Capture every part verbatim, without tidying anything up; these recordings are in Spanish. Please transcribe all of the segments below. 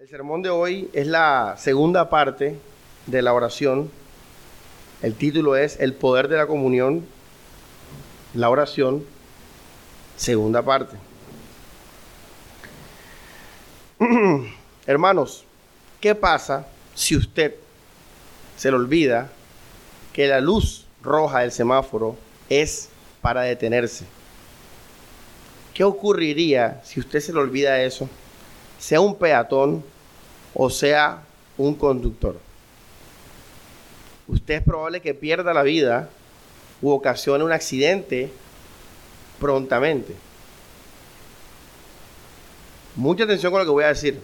El sermón de hoy es la segunda parte de la oración. El título es El poder de la comunión, la oración, segunda parte. Hermanos, ¿qué pasa si usted se le olvida que la luz roja del semáforo es para detenerse? ¿Qué ocurriría si usted se le olvida eso? Sea un peatón o sea un conductor. Usted es probable que pierda la vida u ocasione un accidente prontamente. Mucha atención con lo que voy a decir.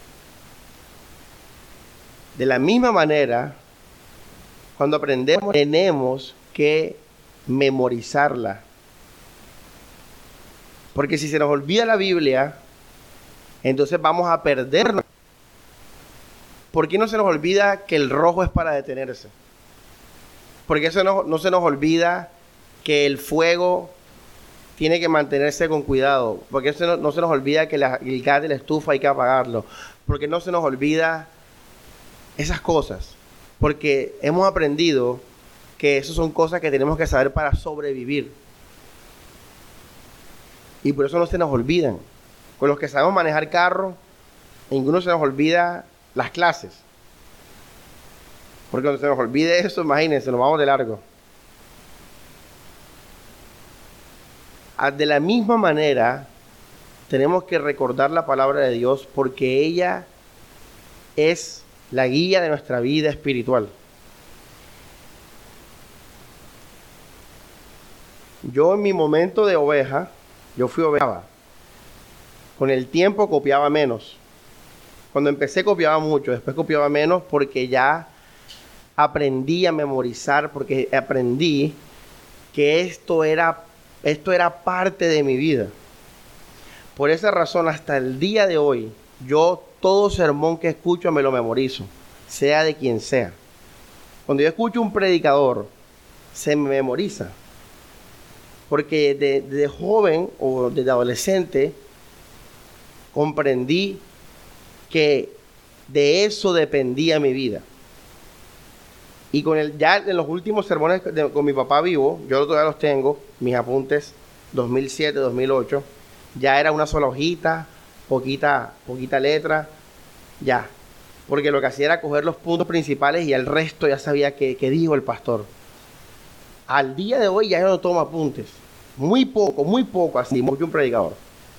De la misma manera, cuando aprendemos, tenemos que memorizarla. Porque si se nos olvida la Biblia, entonces vamos a perdernos. ¿Por qué no se nos olvida que el rojo es para detenerse? ¿Por qué no, no se nos olvida que el fuego tiene que mantenerse con cuidado? ¿Por qué no, no se nos olvida que la, el gas de la estufa hay que apagarlo? ¿Por qué no se nos olvida esas cosas? Porque hemos aprendido que esas son cosas que tenemos que saber para sobrevivir. Y por eso no se nos olvidan. Con los que sabemos manejar carro, ninguno se nos olvida las clases. Porque cuando se nos olvide eso, imagínense, nos vamos de largo. De la misma manera, tenemos que recordar la palabra de Dios porque ella es la guía de nuestra vida espiritual. Yo en mi momento de oveja, yo fui oveja. Con el tiempo copiaba menos. Cuando empecé copiaba mucho, después copiaba menos porque ya aprendí a memorizar, porque aprendí que esto era, esto era parte de mi vida. Por esa razón, hasta el día de hoy, yo todo sermón que escucho me lo memorizo, sea de quien sea. Cuando yo escucho un predicador, se me memoriza. Porque de, de joven o de adolescente, comprendí que de eso dependía mi vida. Y con el, ya en los últimos sermones de, con mi papá vivo, yo todavía los tengo, mis apuntes dos mil siete, dos mil ocho, ya era una sola hojita, poquita, poquita letra, ya. Porque lo que hacía era coger los puntos principales y el resto ya sabía que, que dijo el pastor. Al día de hoy ya yo no tomo apuntes. Muy poco, muy poco, así, mucho un predicador.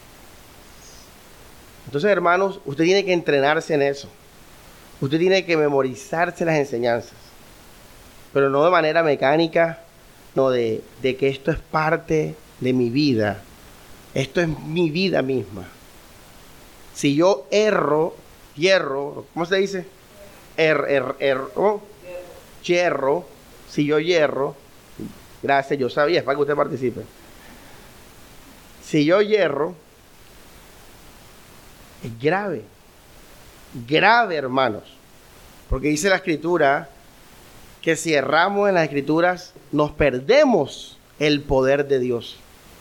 Entonces, hermanos, usted tiene que entrenarse en eso. Usted tiene que memorizarse las enseñanzas. Pero no de manera mecánica, no de, de que esto es parte de mi vida. Esto es mi vida misma. Si yo erro, hierro, ¿cómo se dice? Er, er, erro, hierro. Si yo hierro, gracias, yo sabía, es para que usted participe. Si yo hierro, es grave, grave, hermanos, porque dice la Escritura que si erramos en las Escrituras, nos perdemos el poder de Dios.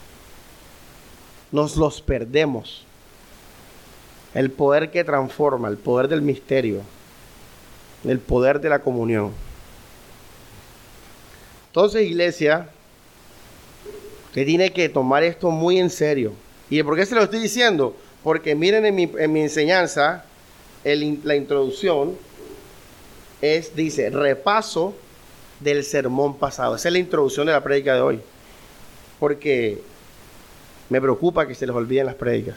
Nos los perdemos. El poder que transforma, el poder del misterio, el poder de la comunión. Entonces, iglesia, usted tiene que tomar esto muy en serio. ¿Y por qué se lo estoy diciendo? Porque miren en mi, en mi enseñanza, el, la introducción es, dice, repaso del sermón pasado. Esa es la introducción de la prédica de hoy. Porque me preocupa que se les olviden las prédicas.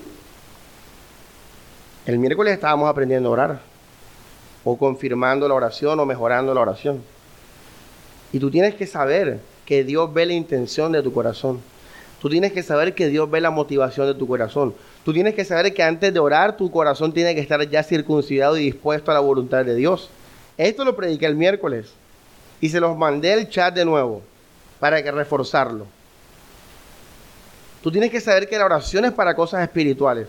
El miércoles estábamos aprendiendo a orar, o confirmando la oración, o mejorando la oración. Y tú tienes que saber que Dios ve la intención de tu corazón. Tú tienes que saber que Dios ve la motivación de tu corazón. Tú tienes que saber que antes de orar, tu corazón tiene que estar ya circuncidado y dispuesto a la voluntad de Dios. Esto lo prediqué el miércoles. Y se los mandé al chat de nuevo, para que reforzarlo. Tú tienes que saber que la oración es para cosas espirituales.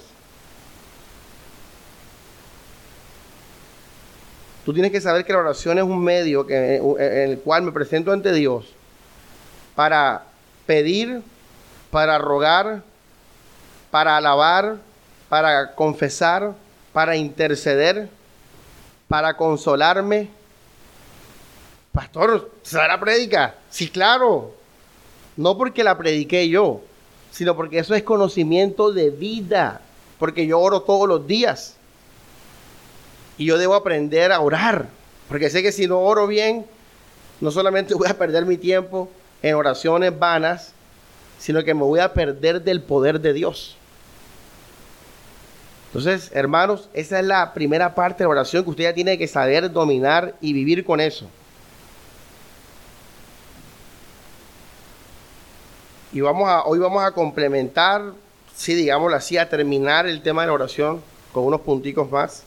Tú tienes que saber que la oración es un medio que, en el cual me presento ante Dios para pedir, para rogar, para alabar, para confesar, para interceder, para consolarme. Pastor, ¿será la prédica? Sí, claro. No porque la prediqué yo, sino porque eso es conocimiento de vida. Porque yo oro todos los días. Y yo debo aprender a orar. Porque sé que si no oro bien, no solamente voy a perder mi tiempo en oraciones vanas, sino que me voy a perder del poder de Dios. Entonces, hermanos, esa es la primera parte de la oración que usted ya tiene que saber dominar y vivir con eso. Y vamos a, hoy vamos a complementar, sí, digámoslo así, a terminar el tema de la oración con unos punticos más.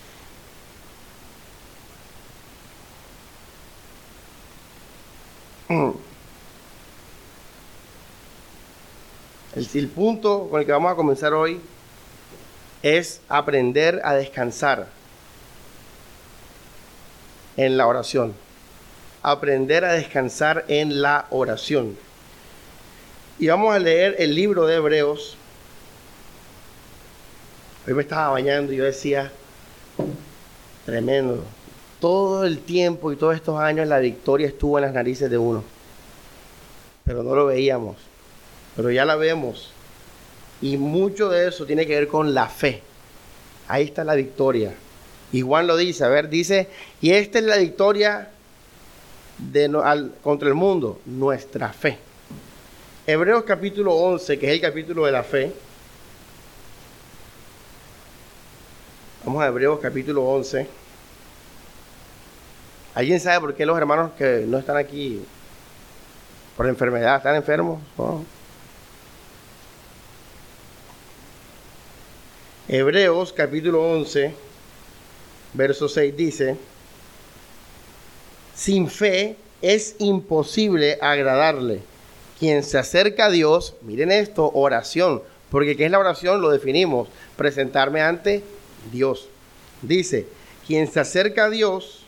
El, el punto con el que vamos a comenzar hoy es aprender a descansar en la oración. Aprender a descansar en la oración. Y vamos a leer el libro de Hebreos. Hoy me estaba bañando y yo decía, tremendo. Todo el tiempo y todos estos años la victoria estuvo en las narices de uno. Pero no lo veíamos. Pero ya la vemos. Y mucho de eso tiene que ver con la fe. Ahí está la victoria. Y Juan lo dice, a ver, dice, y esta es la victoria de, al, contra el mundo, nuestra fe. Hebreos capítulo once, que es el capítulo de la fe. Vamos a Hebreos capítulo once. ¿Alguien sabe por qué los hermanos que no están aquí por enfermedad están enfermos? ¿No? Hebreos capítulo once, verso seis dice, sin fe es imposible agradarle. Quien se acerca a Dios, miren esto, oración, porque ¿qué es la oración? Lo definimos, presentarme ante Dios. Dice, quien se acerca a Dios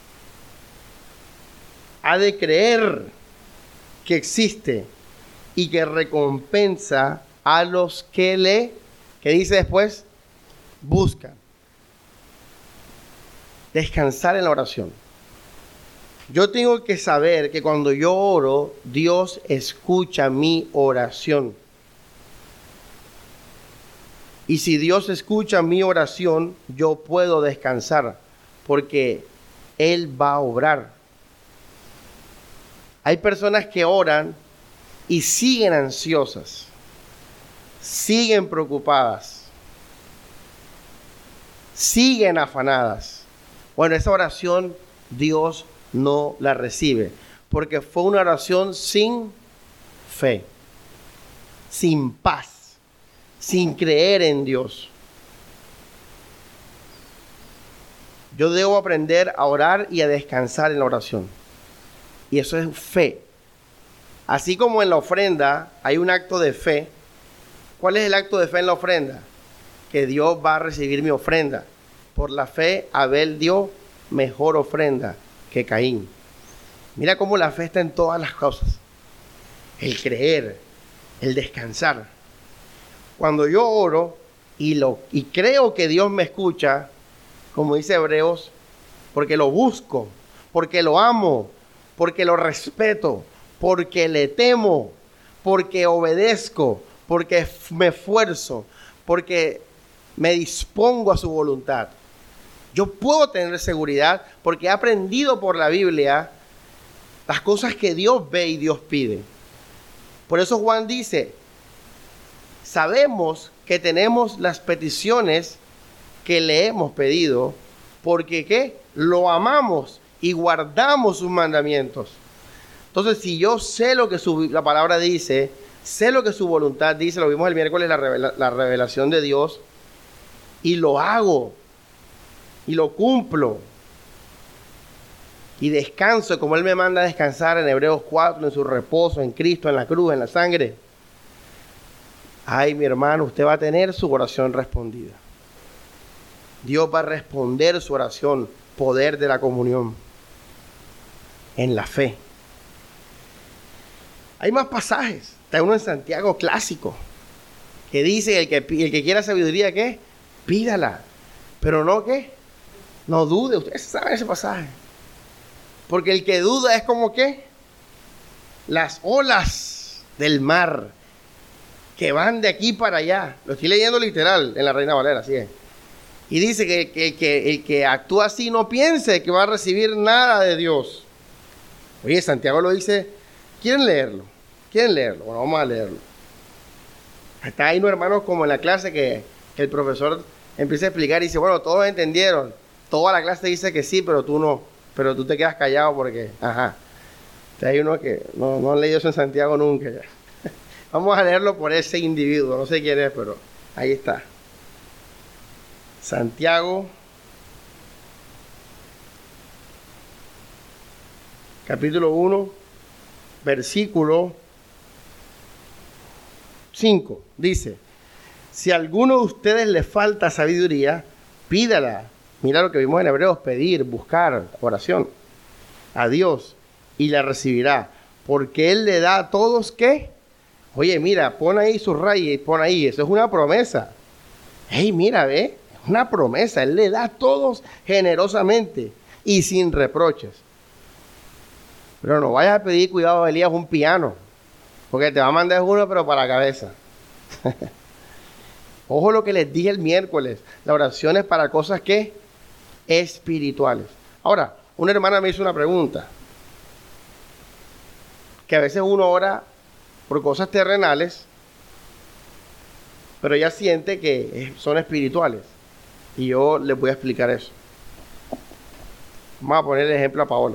ha de creer que existe y que recompensa a los que le, ¿qué dice después? Buscan. Descansar en la oración. Yo tengo que saber que cuando yo oro, Dios escucha mi oración. Y si Dios escucha mi oración, yo puedo descansar, porque Él va a obrar. Hay personas que oran y siguen ansiosas, siguen preocupadas, siguen afanadas. Bueno, esa oración Dios no la recibe, porque fue una oración sin fe, sin paz, sin creer en Dios. Yo debo aprender a orar y a descansar en la oración. Y eso es fe. Así como en la ofrenda hay un acto de fe. ¿Cuál es el acto de fe en la ofrenda? Que Dios va a recibir mi ofrenda. Por la fe, Abel dio mejor ofrenda que Caín. Mira cómo la fe está en todas las cosas. El creer, el descansar. Cuando yo oro y, lo, y creo que Dios me escucha, como dice Hebreos, porque lo busco, porque lo amo, porque lo respeto, porque le temo, porque obedezco, porque me esfuerzo, porque me dispongo a su voluntad. Yo puedo tener seguridad porque he aprendido por la Biblia las cosas que Dios ve y Dios pide. Por eso Juan dice, sabemos que tenemos las peticiones que le hemos pedido, porque ¿qué? Lo amamos y guardamos sus mandamientos. Entonces, si yo sé lo que su, la palabra dice, sé lo que su voluntad dice, lo vimos el miércoles, la, revela, la revelación de Dios, y lo hago, y lo cumplo, y descanso, como Él me manda a descansar en Hebreos cuatro, en su reposo, en Cristo, en la cruz, en la sangre. Ay, mi hermano, usted va a tener su oración respondida. Dios va a responder su oración, poder de la comunión, en la fe. Hay más pasajes. Está uno en Santiago clásico, que dice, el que, el que quiera sabiduría, ¿qué? Pídala. Pero no, ¿qué? No dude. Ustedes saben ese pasaje. Porque el que duda es como, ¿qué? Las olas del mar que van de aquí para allá. Lo estoy leyendo literal en la Reina Valera, así es. Y dice que, que, que el que actúa así no piense que va a recibir nada de Dios. Oye, Santiago lo dice. ¿Quieren leerlo? ¿Quieren leerlo? Bueno, vamos a leerlo. Está ahí unos hermanos como en la clase que, que el profesor empieza a explicar y dice, bueno, todos entendieron. Toda la clase dice que sí, pero tú no. Pero tú te quedas callado porque, ajá. Hay uno que no, no han leído eso en Santiago nunca ya. Vamos a leerlo por ese individuo. No sé quién es, pero ahí está. Santiago, capítulo uno, versículo cinco. Dice, si a alguno de ustedes le falta sabiduría, pídala. Mira lo que vimos en Hebreos, pedir, buscar, oración a Dios y la recibirá. Porque Él le da a todos, ¿qué? Oye, mira, pon ahí su raya y pon ahí. Eso es una promesa. Hey, mira, ve. Es una promesa. Él le da a todos generosamente y sin reproches. Pero no vayas a pedir, cuidado, Elías, un piano. Porque te va a mandar uno, pero para la cabeza. Ojo lo que les dije el miércoles. La oración es para cosas, ¿qué? Espirituales. Ahora, una hermana me hizo una pregunta. Que a veces uno ora por cosas terrenales, pero ella siente que son espirituales. Y yo les voy a explicar eso. Vamos a poner el ejemplo a Paola.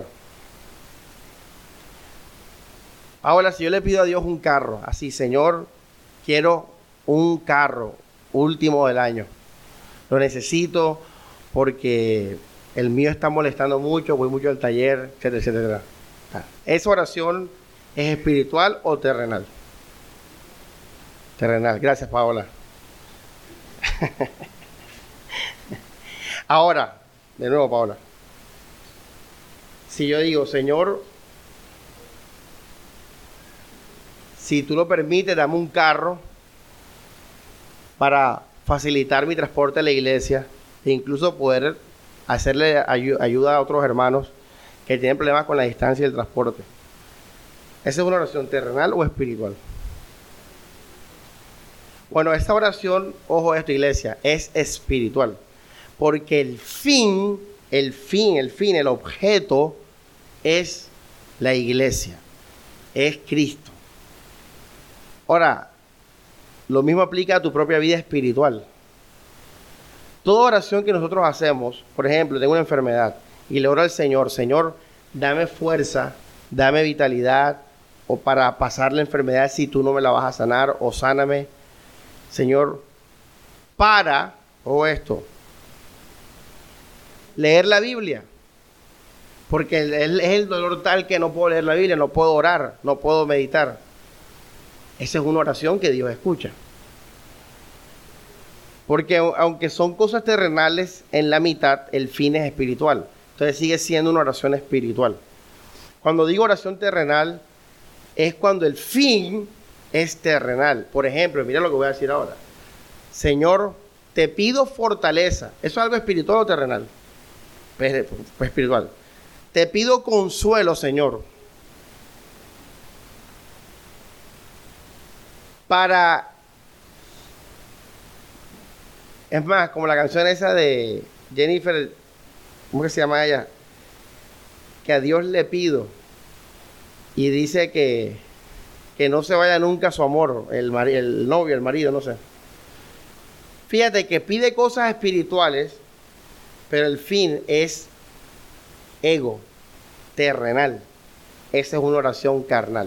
Paola, si yo le pido a Dios un carro, así, Señor, quiero un carro último del año. Lo necesito porque el mío está molestando mucho, voy mucho al taller, etcétera, etcétera. ¿Esa oración es espiritual o terrenal? Terrenal. Gracias, Paola. Ahora, de nuevo, Paola. Si yo digo, Señor, si tú lo permites, dame un carro para facilitar mi transporte a la iglesia e incluso poder hacerle ay- ayuda a otros hermanos que tienen problemas con la distancia y el transporte. ¿Esa es una oración terrenal o espiritual? Bueno, esta oración, ojo a esto, iglesia, es espiritual. Porque el fin, el fin, el fin, el objeto es la iglesia, es Cristo. Ahora, lo mismo aplica a tu propia vida espiritual. Toda oración que nosotros hacemos, por ejemplo, tengo una enfermedad y le oro al Señor, Señor, dame fuerza, dame vitalidad, o para pasar la enfermedad si tú no me la vas a sanar, o sáname, Señor, para, o esto, leer la Biblia. Porque es el dolor tal que no puedo leer la Biblia, no puedo orar, no puedo meditar. Esa es una oración que Dios escucha. Porque aunque son cosas terrenales, en la mitad el fin es espiritual. Entonces sigue siendo una oración espiritual. Cuando digo oración terrenal, es cuando el fin es terrenal. Por ejemplo, mira lo que voy a decir ahora. Señor, te pido fortaleza. ¿Eso es algo espiritual o terrenal? Pues, pues espiritual. Te pido consuelo, Señor, para... Es más, como la canción esa de Jennifer, ¿cómo que se llama ella? Que a Dios le pido. Y dice que, que no se vaya nunca su amor, el, mari- el novio, el marido, no sé. Fíjate que pide cosas espirituales, pero el fin es ego, terrenal. Esa es una oración carnal.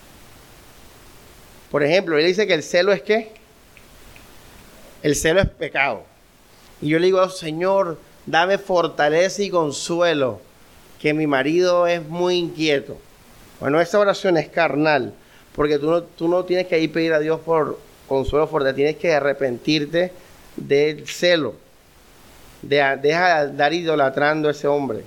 Por ejemplo, él dice que el celo es ¿qué? El celo es pecado. Y yo le digo, Señor, dame fortaleza y consuelo, que mi marido es muy inquieto. Bueno, esa oración es carnal, porque tú no, tú no tienes que ir a pedir a Dios por consuelo, fortaleza, tienes que arrepentirte del celo. De, deja de andar idolatrando a ese hombre.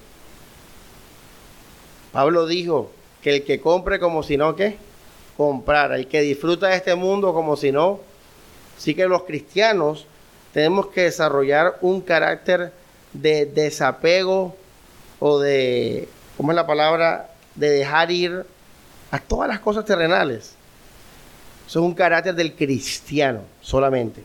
Pablo dijo que el que compre como si no, ¿qué? Comprara. El que disfruta de este mundo como si no. Así que los cristianos tenemos que desarrollar un carácter de desapego o de, ¿cómo es la palabra? De dejar ir a todas las cosas terrenales. Eso es un carácter del cristiano solamente.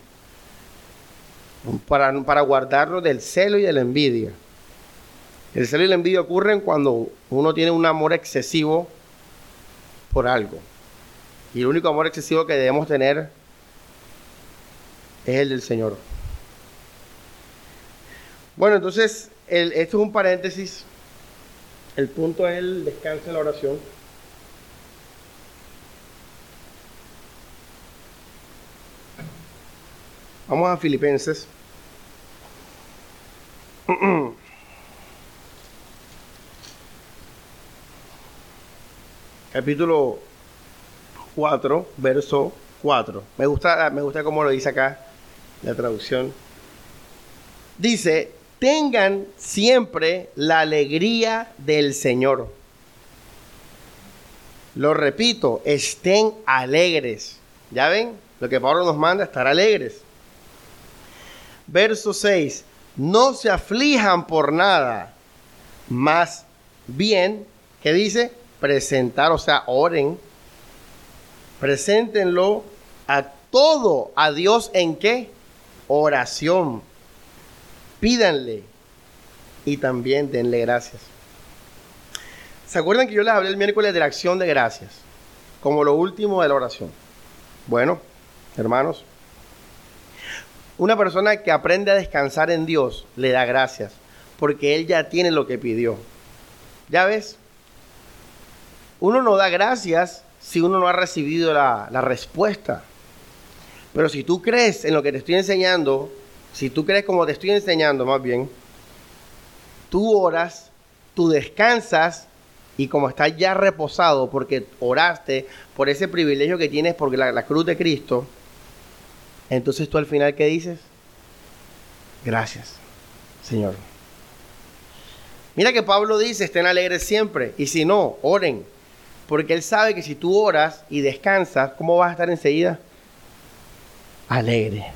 Para, para guardarlo del celo y de la envidia. El celo y la envidia ocurren cuando uno tiene un amor excesivo por algo. Y el único amor excesivo que debemos tener es el del Señor. Bueno, entonces, el, esto es un paréntesis. El punto es el descanso en la oración. Vamos a Filipenses. Capítulo cuatro, verso cuatro. Me gusta, me gusta cómo lo dice acá la traducción. Dice: tengan siempre la alegría del Señor. Lo repito, estén alegres. ¿Ya ven? Lo que Pablo nos manda, estar alegres. Verso seis. No se aflijan por nada, más bien, ¿qué dice? Presentar, o sea, oren. Preséntenlo a todo a Dios en ¿qué? Oración. Pídanle y también denle gracias. ¿Se acuerdan que yo les hablé el miércoles de la acción de gracias? Como lo último de la oración. Bueno, hermanos, una persona que aprende a descansar en Dios le da gracias porque Él ya tiene lo que pidió. ¿Ya ves? Uno no da gracias si uno no ha recibido la, la respuesta. Pero si tú crees en lo que te estoy enseñando, si tú crees como te estoy enseñando más bien, tú oras, tú descansas y como estás ya reposado porque oraste por ese privilegio que tienes por la, la cruz de Cristo, entonces tú al final, ¿qué dices? Gracias, Señor. Mira que Pablo dice, estén alegres siempre. Y si no, oren. Porque él sabe que si tú oras y descansas, ¿cómo vas a estar enseguida? Alegre.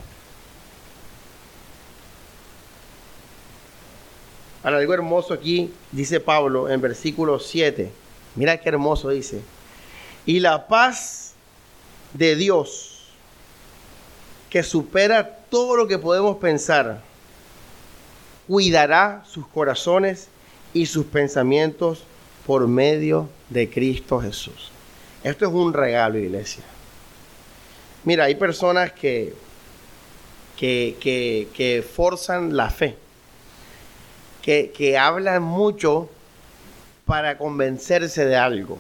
Ahora, algo hermoso aquí, dice Pablo en versículo siete. Mira qué hermoso dice. Y la paz de Dios, que supera todo lo que podemos pensar, cuidará sus corazones y sus pensamientos por medio de Cristo Jesús. Esto es un regalo, iglesia. Mira, hay personas que, que, que, que forzan la fe, que, que hablan mucho para convencerse de algo.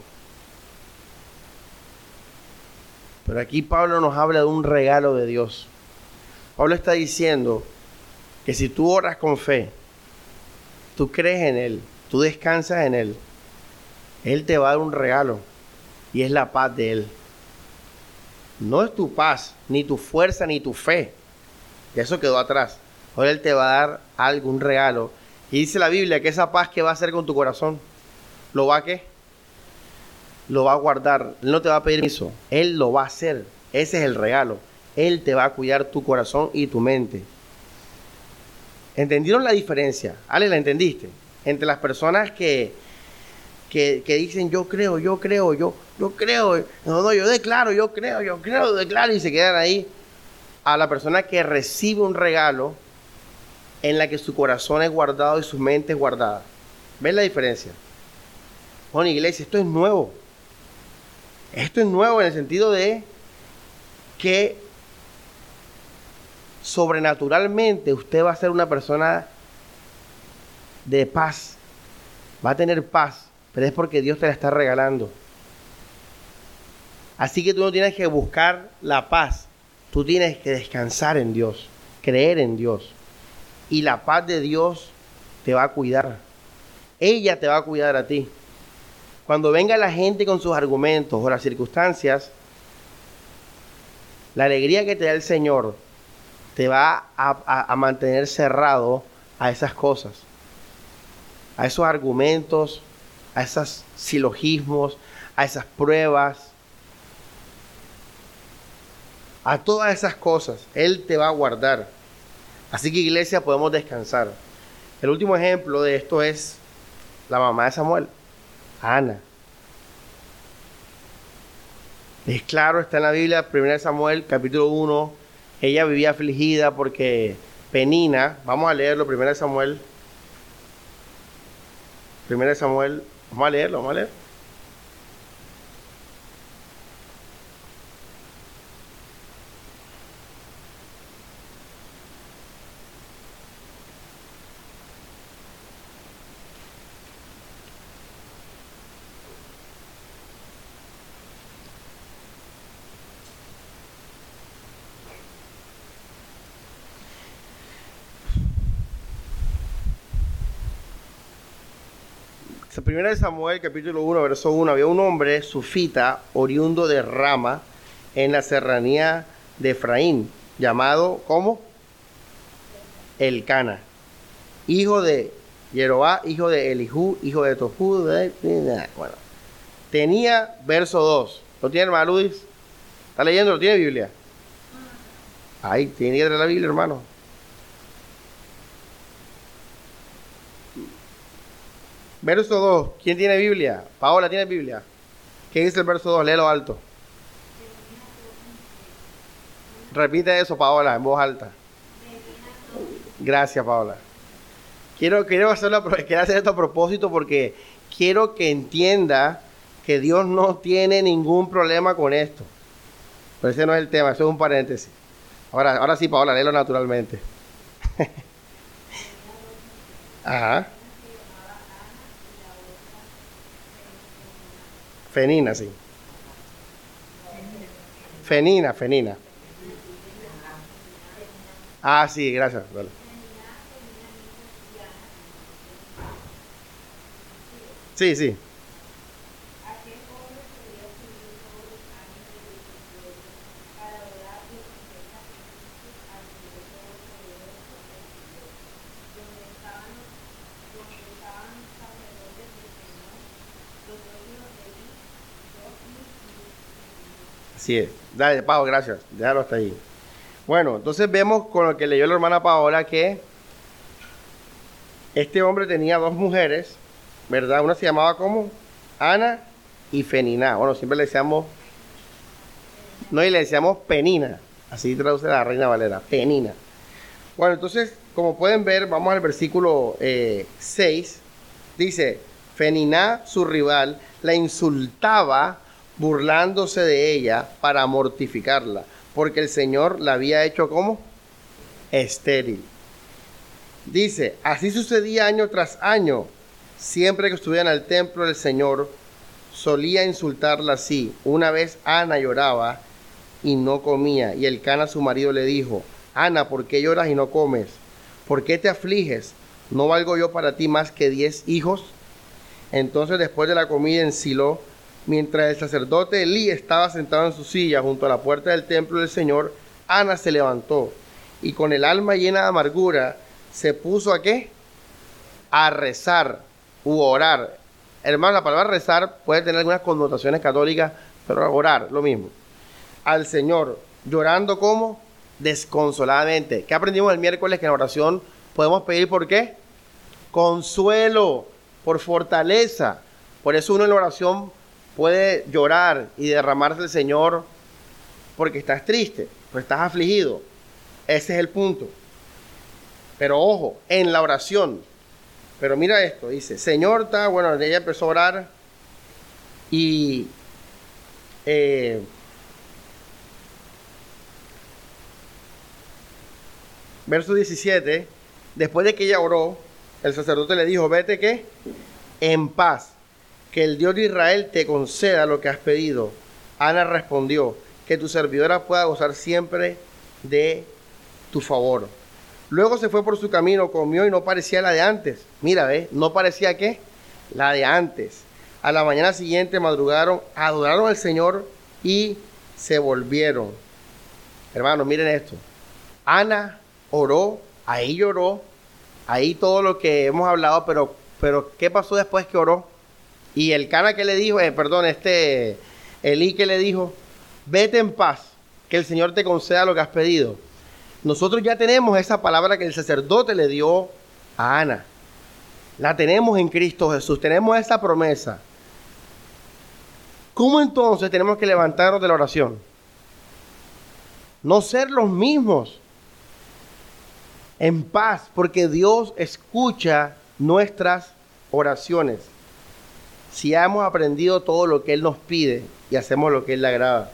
Pero aquí Pablo nos habla de un regalo de Dios. Pablo está diciendo que si tú oras con fe, tú crees en Él, tú descansas en Él, Él te va a dar un regalo y es la paz de Él. No es tu paz, ni tu fuerza, ni tu fe. Eso quedó atrás. Ahora Él te va a dar algo, un regalo. Y dice la Biblia que esa paz que va a hacer con tu corazón, ¿lo va a qué? Lo va a guardar. Él no te va a pedir permiso. Él lo va a hacer. Ese es el regalo. Él te va a cuidar tu corazón y tu mente. ¿Entendieron la diferencia? Ale, ¿la entendiste? Entre las personas que, que, que dicen yo creo, yo creo, yo, yo creo, no, no, yo declaro, yo creo, yo creo, declaro y se quedan ahí. A la persona que recibe un regalo en la que su corazón es guardado y su mente es guardada. ¿Ven la diferencia? Bueno, iglesia, esto es nuevo. Esto es nuevo en el sentido de que sobrenaturalmente usted va a ser una persona de paz. Va a tener paz, pero es porque Dios te la está regalando. Así que tú no tienes que buscar la paz. Tú tienes que descansar en Dios, creer en Dios. Y la paz de Dios te va a cuidar. Ella te va a cuidar a ti. Cuando venga la gente con sus argumentos o las circunstancias, la alegría que te da el Señor te va a, a, a mantener cerrado a esas cosas, a esos argumentos, a esos silogismos, a esas pruebas, a todas esas cosas. Él te va a guardar. Así que, iglesia, podemos descansar. El último ejemplo de esto es la mamá de Samuel, Ana. Es claro, está en la Biblia, primera de Samuel, capítulo uno. Ella vivía afligida porque Penina, vamos a leerlo, primera de Samuel. primera de Samuel, vamos a leerlo, vamos a leer. Primera de Samuel, capítulo uno, verso uno. Había un hombre sufita, oriundo de Rama, en la serranía de Efraín, llamado, ¿cómo? Elcana, hijo de Jeroá, hijo de Elijú, hijo de Tohu. De... Bueno, tenía, verso dos. ¿Lo tiene, hermano Luis? ¿Está leyendo? ¿Lo tiene Biblia? Ahí, tiene que leer la Biblia, hermano. Verso dos. ¿Quién tiene Biblia? Paola, ¿tiene Biblia? ¿Qué dice el verso dos? Léelo alto. Repite eso, Paola, en voz alta. Gracias, Paola. Quiero, quiero, hacerlo, quiero hacer esto a propósito porque quiero que entienda que Dios no tiene ningún problema con esto. Pero ese no es el tema, eso es un paréntesis. Ahora, ahora sí, Paola, léelo naturalmente. Ajá. Fenina, sí. Fenina, Fenina. Ah, sí, gracias. Vale. Sí, sí. Así es. Dale, Pau, gracias. Déjalo hasta ahí. Bueno, entonces vemos con lo que leyó la hermana Paola que este hombre tenía dos mujeres, ¿verdad? Una se llamaba como Ana y Fenina. Bueno, siempre le decíamos, no, y le decíamos Penina. Así traduce la Reina Valera, Penina. Bueno, entonces, como pueden ver, vamos al versículo eh, seis. Dice, Fenina, su rival, la insultaba burlándose de ella para mortificarla, porque el Señor la había hecho como estéril. Dice, así sucedía año tras año, siempre que estuvieran al templo del Señor, solía insultarla así. Una vez Ana lloraba y no comía, y Elcana su marido le dijo, Ana, ¿por qué lloras y no comes? ¿Por qué te afliges? ¿No valgo yo para ti más que diez hijos? Entonces, después de la comida en Silo, mientras el sacerdote Elí estaba sentado en su silla junto a la puerta del templo del Señor, Ana se levantó y con el alma llena de amargura se puso a ¿qué? A rezar u orar. Hermano, la palabra rezar puede tener algunas connotaciones católicas, pero orar, lo mismo. Al Señor, llorando como desconsoladamente. ¿Qué aprendimos el miércoles? Que en oración podemos pedir ¿por qué? Consuelo, por fortaleza. Por eso uno en la oración puede llorar y derramarse al Señor porque estás triste, porque estás afligido. Ese es el punto. Pero ojo, en la oración. Pero mira esto, dice, Señor, está, bueno, ella empezó a orar y eh, verso diecisiete, después de que ella oró, el sacerdote le dijo, vete, ¿qué? En paz, que el Dios de Israel te conceda lo que has pedido. Ana respondió, que tu servidora pueda gozar siempre de tu favor. Luego se fue por su camino, comió y no parecía la de antes. Mira, ¿ves? No parecía ¿qué? La de antes. A la mañana siguiente madrugaron, adoraron al Señor y se volvieron. Hermanos, miren esto. Ana oró, ahí lloró, ahí todo lo que hemos hablado, pero, pero ¿qué pasó después que oró? Y Elcana que le dijo, eh, perdón, este Elí que le dijo, vete en paz, que el Señor te conceda lo que has pedido. Nosotros ya tenemos esa palabra que el sacerdote le dio a Ana. La tenemos en Cristo Jesús, tenemos esa promesa. ¿Cómo entonces tenemos que levantarnos de la oración? No ser los mismos, en paz, porque Dios escucha nuestras oraciones. Si hemos aprendido todo lo que Él nos pide y hacemos lo que Él le agrada.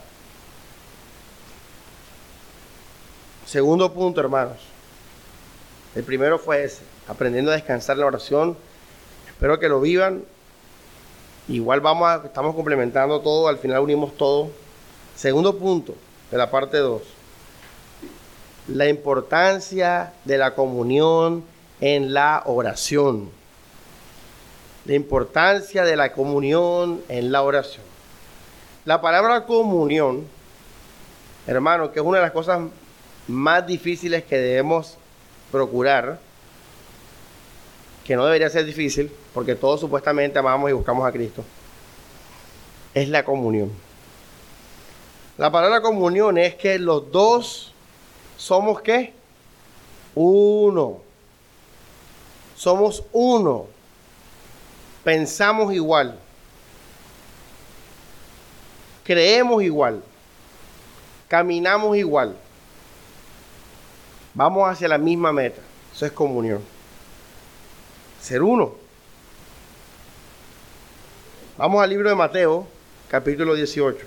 Segundo punto, hermanos. El primero fue ese, aprendiendo a descansar en la oración. Espero que lo vivan. Igual vamos a, estamos complementando todo, al final unimos todo. Segundo punto de la parte dos. La importancia de la comunión en la oración. La importancia de la comunión en la oración. La palabra comunión, hermano, que es una de las cosas más difíciles que debemos procurar, que no debería ser difícil, porque todos supuestamente amamos y buscamos a Cristo, es la comunión. La palabra comunión es que los dos somos ¿qué? Uno. Somos uno. Pensamos igual. Creemos igual. Caminamos igual. Vamos hacia la misma meta. Eso es comunión. Ser uno. Vamos al libro de Mateo, capítulo dieciocho.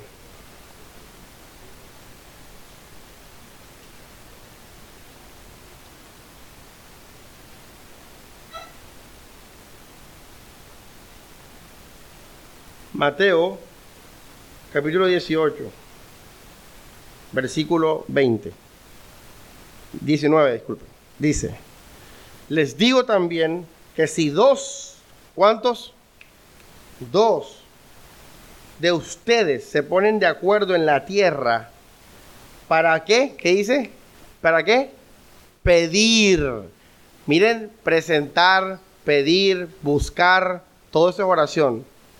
Mateo, capítulo dieciocho, versículo veinte. diecinueve, disculpen. Dice, les digo también que si dos, ¿cuántos? Dos de ustedes se ponen de acuerdo en la tierra, ¿para qué? ¿Qué dice? ¿Para qué? Pedir. Miren, presentar, pedir, buscar, todo eso es oración.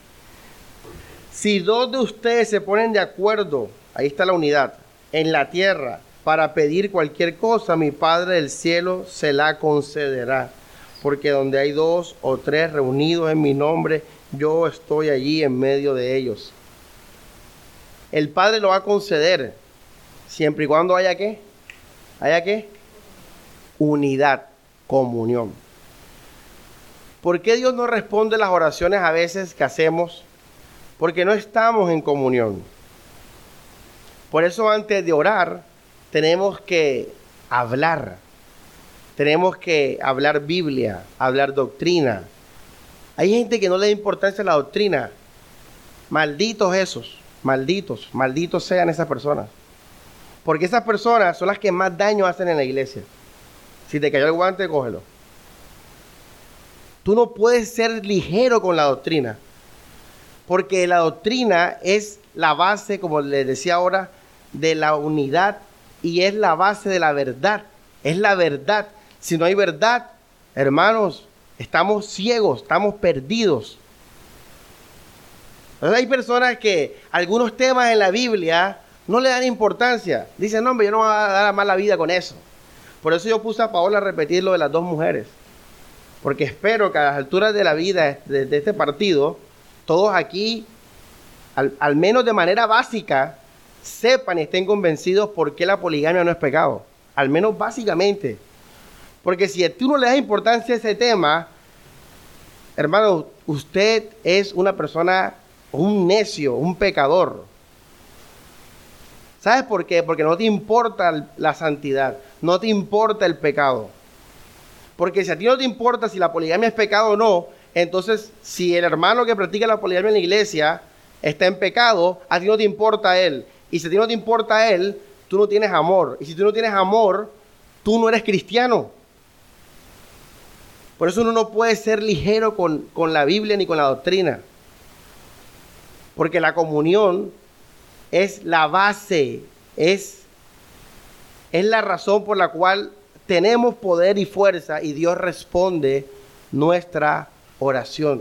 Si dos de ustedes se ponen de acuerdo, ahí está la unidad, en la tierra, para pedir cualquier cosa, mi Padre del cielo se la concederá. Porque donde hay dos o tres reunidos en mi nombre, yo estoy allí en medio de ellos. El Padre lo va a conceder, siempre y cuando haya ¿qué? ¿Haya qué? Unidad, comunión. ¿Por qué Dios no responde las oraciones a veces que hacemos? Porque no estamos en comunión. Por eso antes de orar, tenemos que hablar. Tenemos que hablar Biblia, hablar doctrina. Hay gente que no le da importancia a la doctrina. Malditos esos, malditos, malditos sean esas personas. Porque esas personas son las que más daño hacen en la iglesia. Si te cayó el guante, cógelo. Tú no puedes ser ligero con la doctrina. Porque la doctrina es la base, como les decía ahora, de la unidad y es la base de la verdad. Es la verdad. Si no hay verdad, hermanos, estamos ciegos, estamos perdidos. Entonces hay personas que algunos temas en la Biblia no le dan importancia. Dicen, no, hombre, yo no voy a dar más la vida con eso. Por eso yo puse a Paola a repetir lo de las dos mujeres. Porque espero que a las alturas de la vida de, de este partido, todos aquí, al, al menos de manera básica, sepan y estén convencidos por qué la poligamia no es pecado. Al menos básicamente. Porque si tú no le das importancia a ese tema, hermano, usted es una persona, un necio, un pecador. ¿Sabes por qué? Porque no te importa la santidad, no te importa el pecado. Porque si a ti no te importa si la poligamia es pecado o no, entonces si el hermano que practica la poligamia en la iglesia está en pecado, a ti no te importa a él. Y si a ti no te importa a él, tú no tienes amor. Y si tú no tienes amor, tú no eres cristiano. Por eso uno no puede ser ligero con, con la Biblia ni con la doctrina. Porque la comunión es la base, es, es la razón por la cual tenemos poder y fuerza y Dios responde nuestra oración.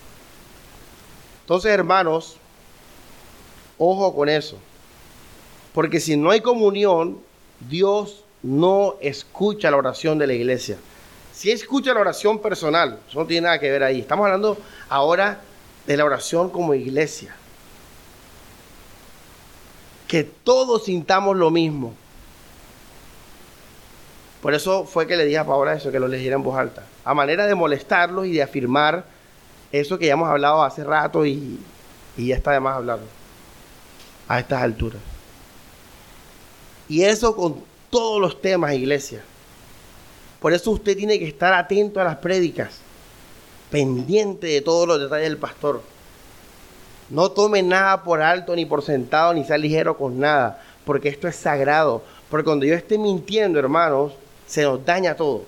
Entonces, hermanos, ojo con eso. Porque si no hay comunión, Dios no escucha la oración de la iglesia. Si escucha la oración personal, eso no tiene nada que ver ahí. Estamos hablando ahora de la oración como iglesia. Que todos sintamos lo mismo. Por eso fue que le dije a Paola eso, que lo leyera en voz alta. A manera de molestarlos y de afirmar eso que ya hemos hablado hace rato y, y ya está de más hablarlo. A estas alturas. Y eso con todos los temas, iglesia. Por eso usted tiene que estar atento a las prédicas. Pendiente de todos los detalles del pastor. No tome nada por alto ni por sentado, ni sea ligero con nada. Porque esto es sagrado. Porque cuando yo esté mintiendo, hermanos, se nos daña todo.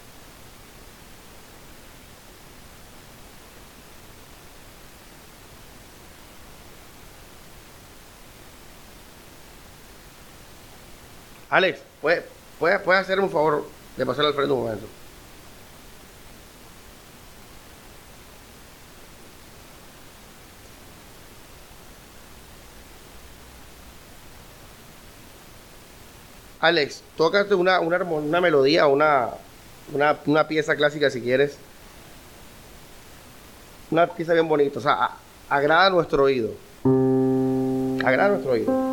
Alex, ¿puedes puede, puede hacerme un favor de pasar al frente un momento? Alex, tócate una, una, una melodía, una, una, una pieza clásica si quieres. Una pieza bien bonita, o sea, a, agrada nuestro oído. Agrada nuestro oído.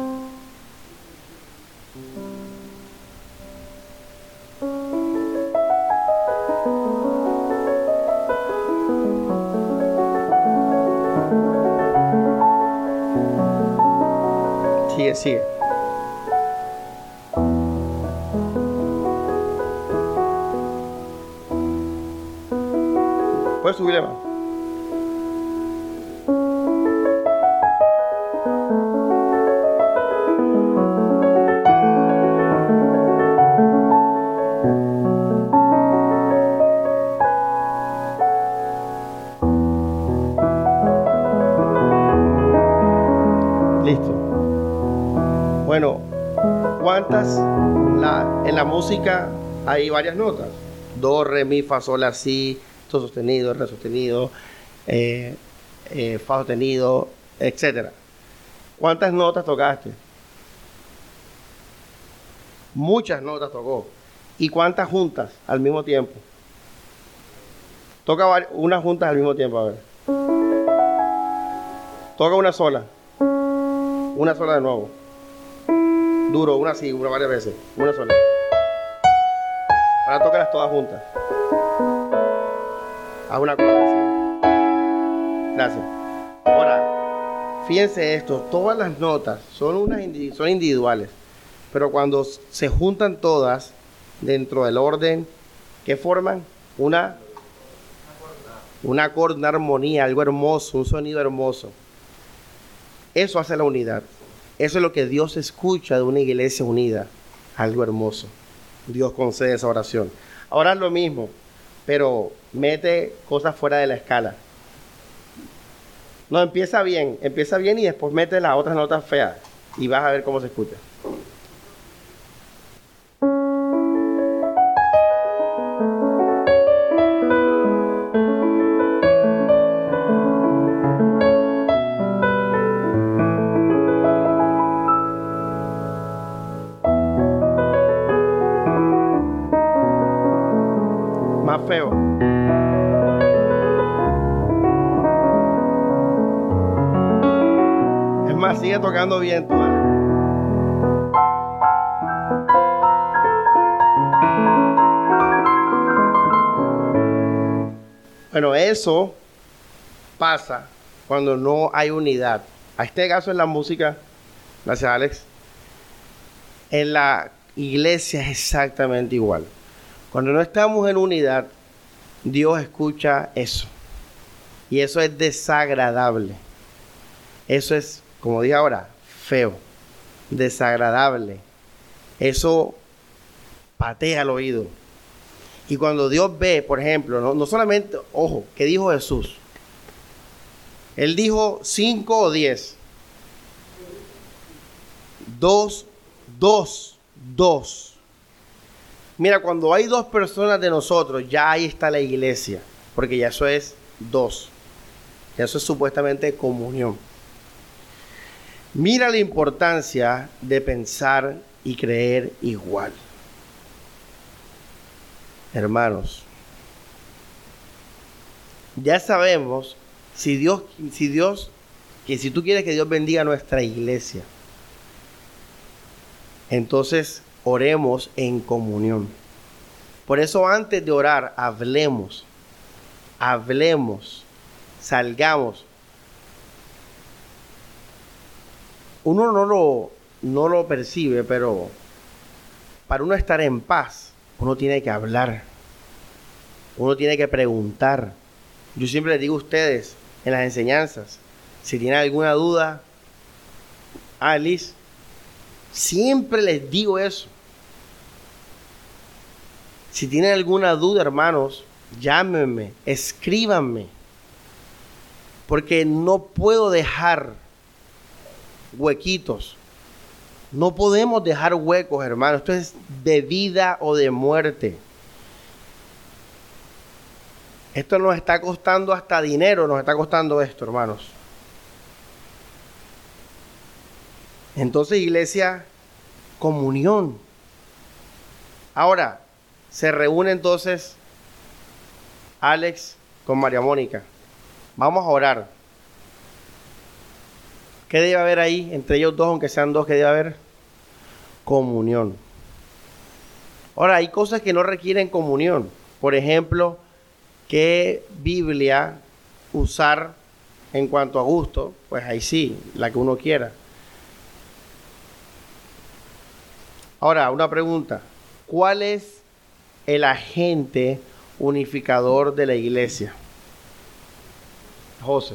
Sigue, sigue. Puedes subirle más. Listo. Bueno, ¿cuántas? La, en la música hay varias notas. Do, re, mi, fa, sol, la, si, do sostenido, re sostenido, eh, eh, fa sostenido, etcétera. ¿Cuántas notas tocaste? Muchas notas tocó. ¿Y cuántas juntas al mismo tiempo? Toca unas juntas al mismo tiempo, a ver. Toca una sola. Una sola de nuevo. Duro, una así, una varias veces. Una sola. Ahora tócalas todas juntas. Haz una cosa así. Gracias. Ahora, fíjense esto. Todas las notas son, unas indi- son individuales. Pero cuando se juntan todas dentro del orden, ¿qué forman? Una, una acorde, una armonía, algo hermoso, un sonido hermoso. Eso hace la unidad. Eso es lo que Dios escucha de una iglesia unida. Algo hermoso. Dios concede esa oración. Ahora es lo mismo, pero mete cosas fuera de la escala. No, empieza bien, empieza bien y después mete las otras notas feas y vas a ver cómo se escucha. Más feo. Es más, sigue tocando bien tú, ¿vale? Bueno, eso pasa cuando no hay unidad. A este caso en la música, gracias Alex, en la iglesia es exactamente igual. Cuando no estamos en unidad, Dios escucha eso. Y eso es desagradable. Eso es, como dije ahora, feo, desagradable. Eso patea el oído. Y cuando Dios ve, por ejemplo, no, no solamente, ojo, ¿qué dijo Jesús? Él dijo cinco o diez. Dos, dos, dos. Mira, cuando hay dos personas de nosotros, ya ahí está la iglesia, porque ya eso es dos. Ya eso es supuestamente comunión. Mira la importancia de pensar y creer igual. Hermanos, ya sabemos, si Dios, si Dios, que si tú quieres que Dios bendiga nuestra iglesia, entonces oremos en comunión. Por eso antes de orar, hablemos, hablemos, salgamos. Uno no lo, no lo percibe, pero para uno estar en paz, uno tiene que hablar, uno tiene que preguntar. Yo siempre les digo a ustedes en las enseñanzas, si tienen alguna duda, ah, Liz, siempre les digo eso. Si tienen alguna duda, hermanos, llámenme, escríbanme, porque no puedo dejar huequitos. No podemos dejar huecos, hermanos. Esto es de vida o de muerte. Esto nos está costando hasta dinero, nos está costando esto, hermanos. Entonces, iglesia, comunión. Ahora, se reúne entonces Alex con María Mónica. Vamos a orar. ¿Qué debe haber ahí entre ellos dos, aunque sean dos? ¿Qué debe haber? Comunión. Ahora, hay cosas que no requieren comunión. Por ejemplo, ¿qué Biblia usar en cuanto a gusto? Pues ahí sí, la que uno quiera. Ahora, una pregunta. ¿Cuál es el agente unificador de la iglesia? José.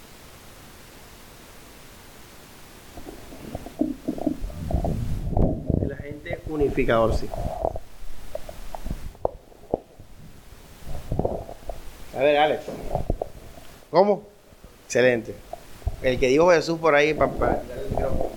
El agente unificador, sí. A ver, Alex. ¿Cómo? Excelente. El que dijo Jesús por ahí, para, para el micrófono.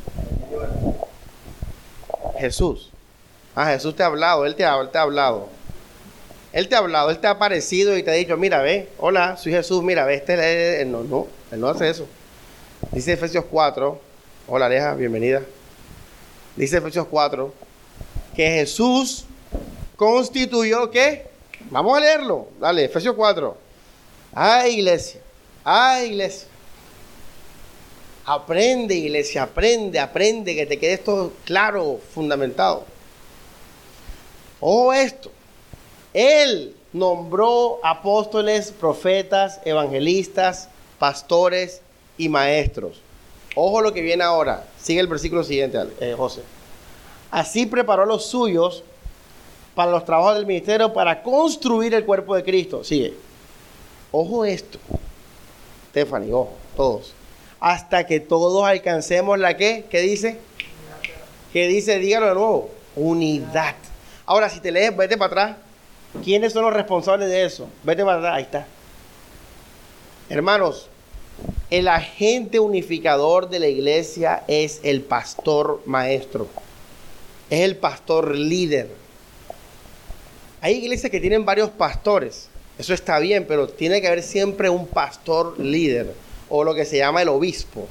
Jesús. Ah, Jesús te ha hablado, él te ha, él te ha hablado. Él te ha hablado, él te ha aparecido y te ha dicho, mira, ve, hola, soy Jesús, mira, ve, este, él no, no, él no hace eso. Dice Efesios cuatro, hola Aleja, bienvenida. Dice Efesios cuatro, que Jesús constituyó, ¿qué? Vamos a leerlo, dale, Efesios cuatro. Ay, iglesia, ay, iglesia. Aprende, iglesia, aprende, aprende, que te quede esto claro, fundamentado. Ojo esto, Él nombró apóstoles, profetas, evangelistas, pastores y maestros. Ojo lo que viene ahora, sigue el versículo siguiente, eh, José. Así preparó a los suyos para los trabajos del ministerio, para construir el cuerpo de Cristo. Sigue. Ojo esto, Stephanie, ojo, todos. Hasta que todos alcancemos la que, ¿qué dice? ¿Qué dice? Dígalo de nuevo. Unidad. Ahora, si te lees, vete para atrás. ¿Quiénes son los responsables de eso? Vete para atrás, ahí está. Hermanos, el agente unificador de la iglesia es el pastor maestro. Es el pastor líder. Hay iglesias que tienen varios pastores. Eso está bien, pero tiene que haber siempre un pastor líder, o lo que se llama el obispo,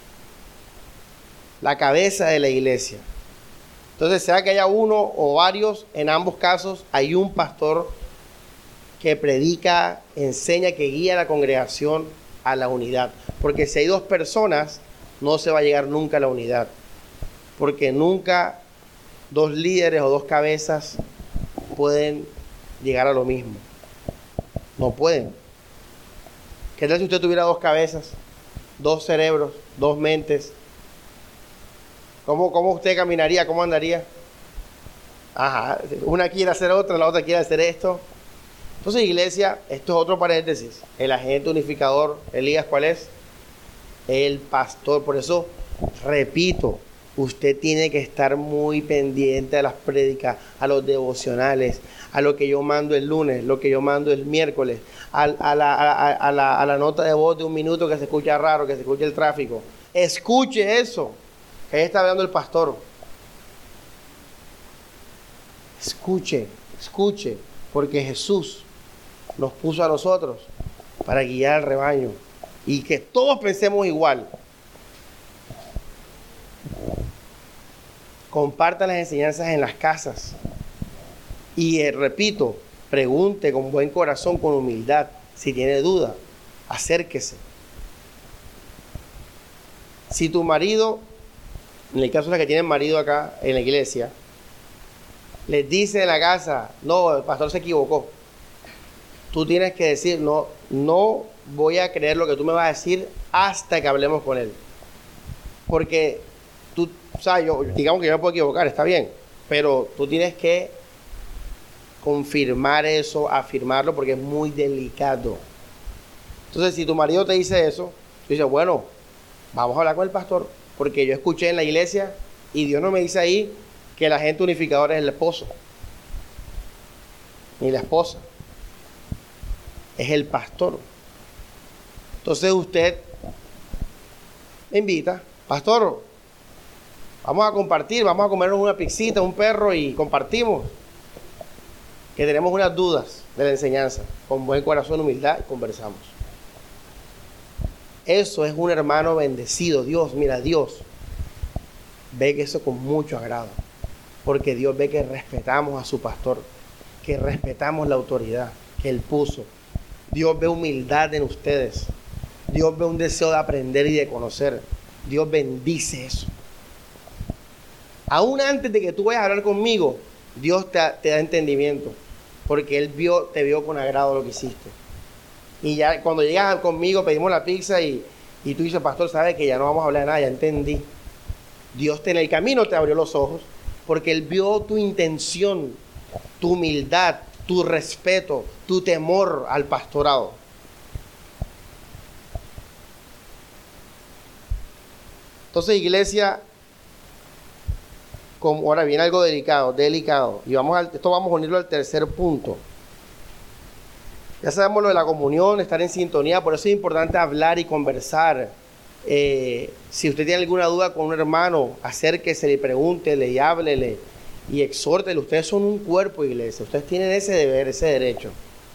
la cabeza de la iglesia. Entonces, sea que haya uno o varios, en ambos casos hay un pastor que predica, enseña, que guía a la congregación a la unidad. Porque si hay dos personas, no se va a llegar nunca a la unidad. Porque nunca dos líderes o dos cabezas pueden llegar a lo mismo. No pueden. ¿Qué tal si usted tuviera dos cabezas, dos cerebros, dos mentes? ¿Cómo, cómo usted caminaría? ¿Cómo andaría? Ajá, una quiere hacer otra, la otra quiere hacer esto. Entonces, iglesia, esto es otro paréntesis. El agente unificador, Elías, ¿cuál es? El pastor. Por eso, repito, usted tiene que estar muy pendiente a las prédicas, a los devocionales, a lo que yo mando el lunes, lo que yo mando el miércoles, a, a, la, a, a, la, a la nota de voz de un minuto que se escucha raro, que se escucha el tráfico. Escuche eso, que ahí está hablando el pastor. Escuche, escuche, porque Jesús nos puso a nosotros para guiar al rebaño y que todos pensemos igual. Compartan las enseñanzas en las casas. Y eh, repito, pregunte con buen corazón, con humildad. Si tiene duda, acérquese. Si tu marido, en el caso de los que tienen marido acá en la iglesia, les dice en la casa, no, el pastor se equivocó, tú tienes que decir, no, no voy a creer lo que tú me vas a decir hasta que hablemos con él. Porque tú, o sea, yo, digamos que yo me puedo equivocar, está bien, pero tú tienes que confirmar eso, afirmarlo, porque es muy delicado. Entonces, si tu marido te dice eso, tú dices, bueno, vamos a hablar con el pastor, porque yo escuché en la iglesia y Dios no me dice ahí que el agente unificador es el esposo, ni la esposa, es el pastor. Entonces usted me invita, pastor, vamos a compartir, vamos a comernos una pizzita, un perro y compartimos. Que tenemos unas dudas de la enseñanza, con buen corazón, humildad, y conversamos. Eso es un hermano bendecido. Dios, mira, Dios ve que eso con mucho agrado, porque Dios ve que respetamos a su pastor, que respetamos la autoridad que Él puso. Dios ve humildad en ustedes. Dios ve un deseo de aprender y de conocer. Dios bendice eso. Aún antes de que tú vayas a hablar conmigo, Dios te, te da entendimiento, porque Él vio, te vio con agrado lo que hiciste. Y ya cuando llegas conmigo, pedimos la pizza y, y tú dices, pastor, sabes que ya no vamos a hablar de nada, ya entendí. Dios te, en el camino te abrió los ojos, porque Él vio tu intención, tu humildad, tu respeto, tu temor al pastorado. Entonces, iglesia, como ahora viene algo delicado, delicado, y vamos al, esto vamos a unirlo al tercer punto. Ya sabemos lo de la comunión, estar en sintonía, por eso es importante hablar y conversar. Eh, si usted tiene alguna duda con un hermano, acérquese, le pregúntele y háblele y exhórtele. Ustedes son un cuerpo, iglesia, ustedes tienen ese deber, ese derecho.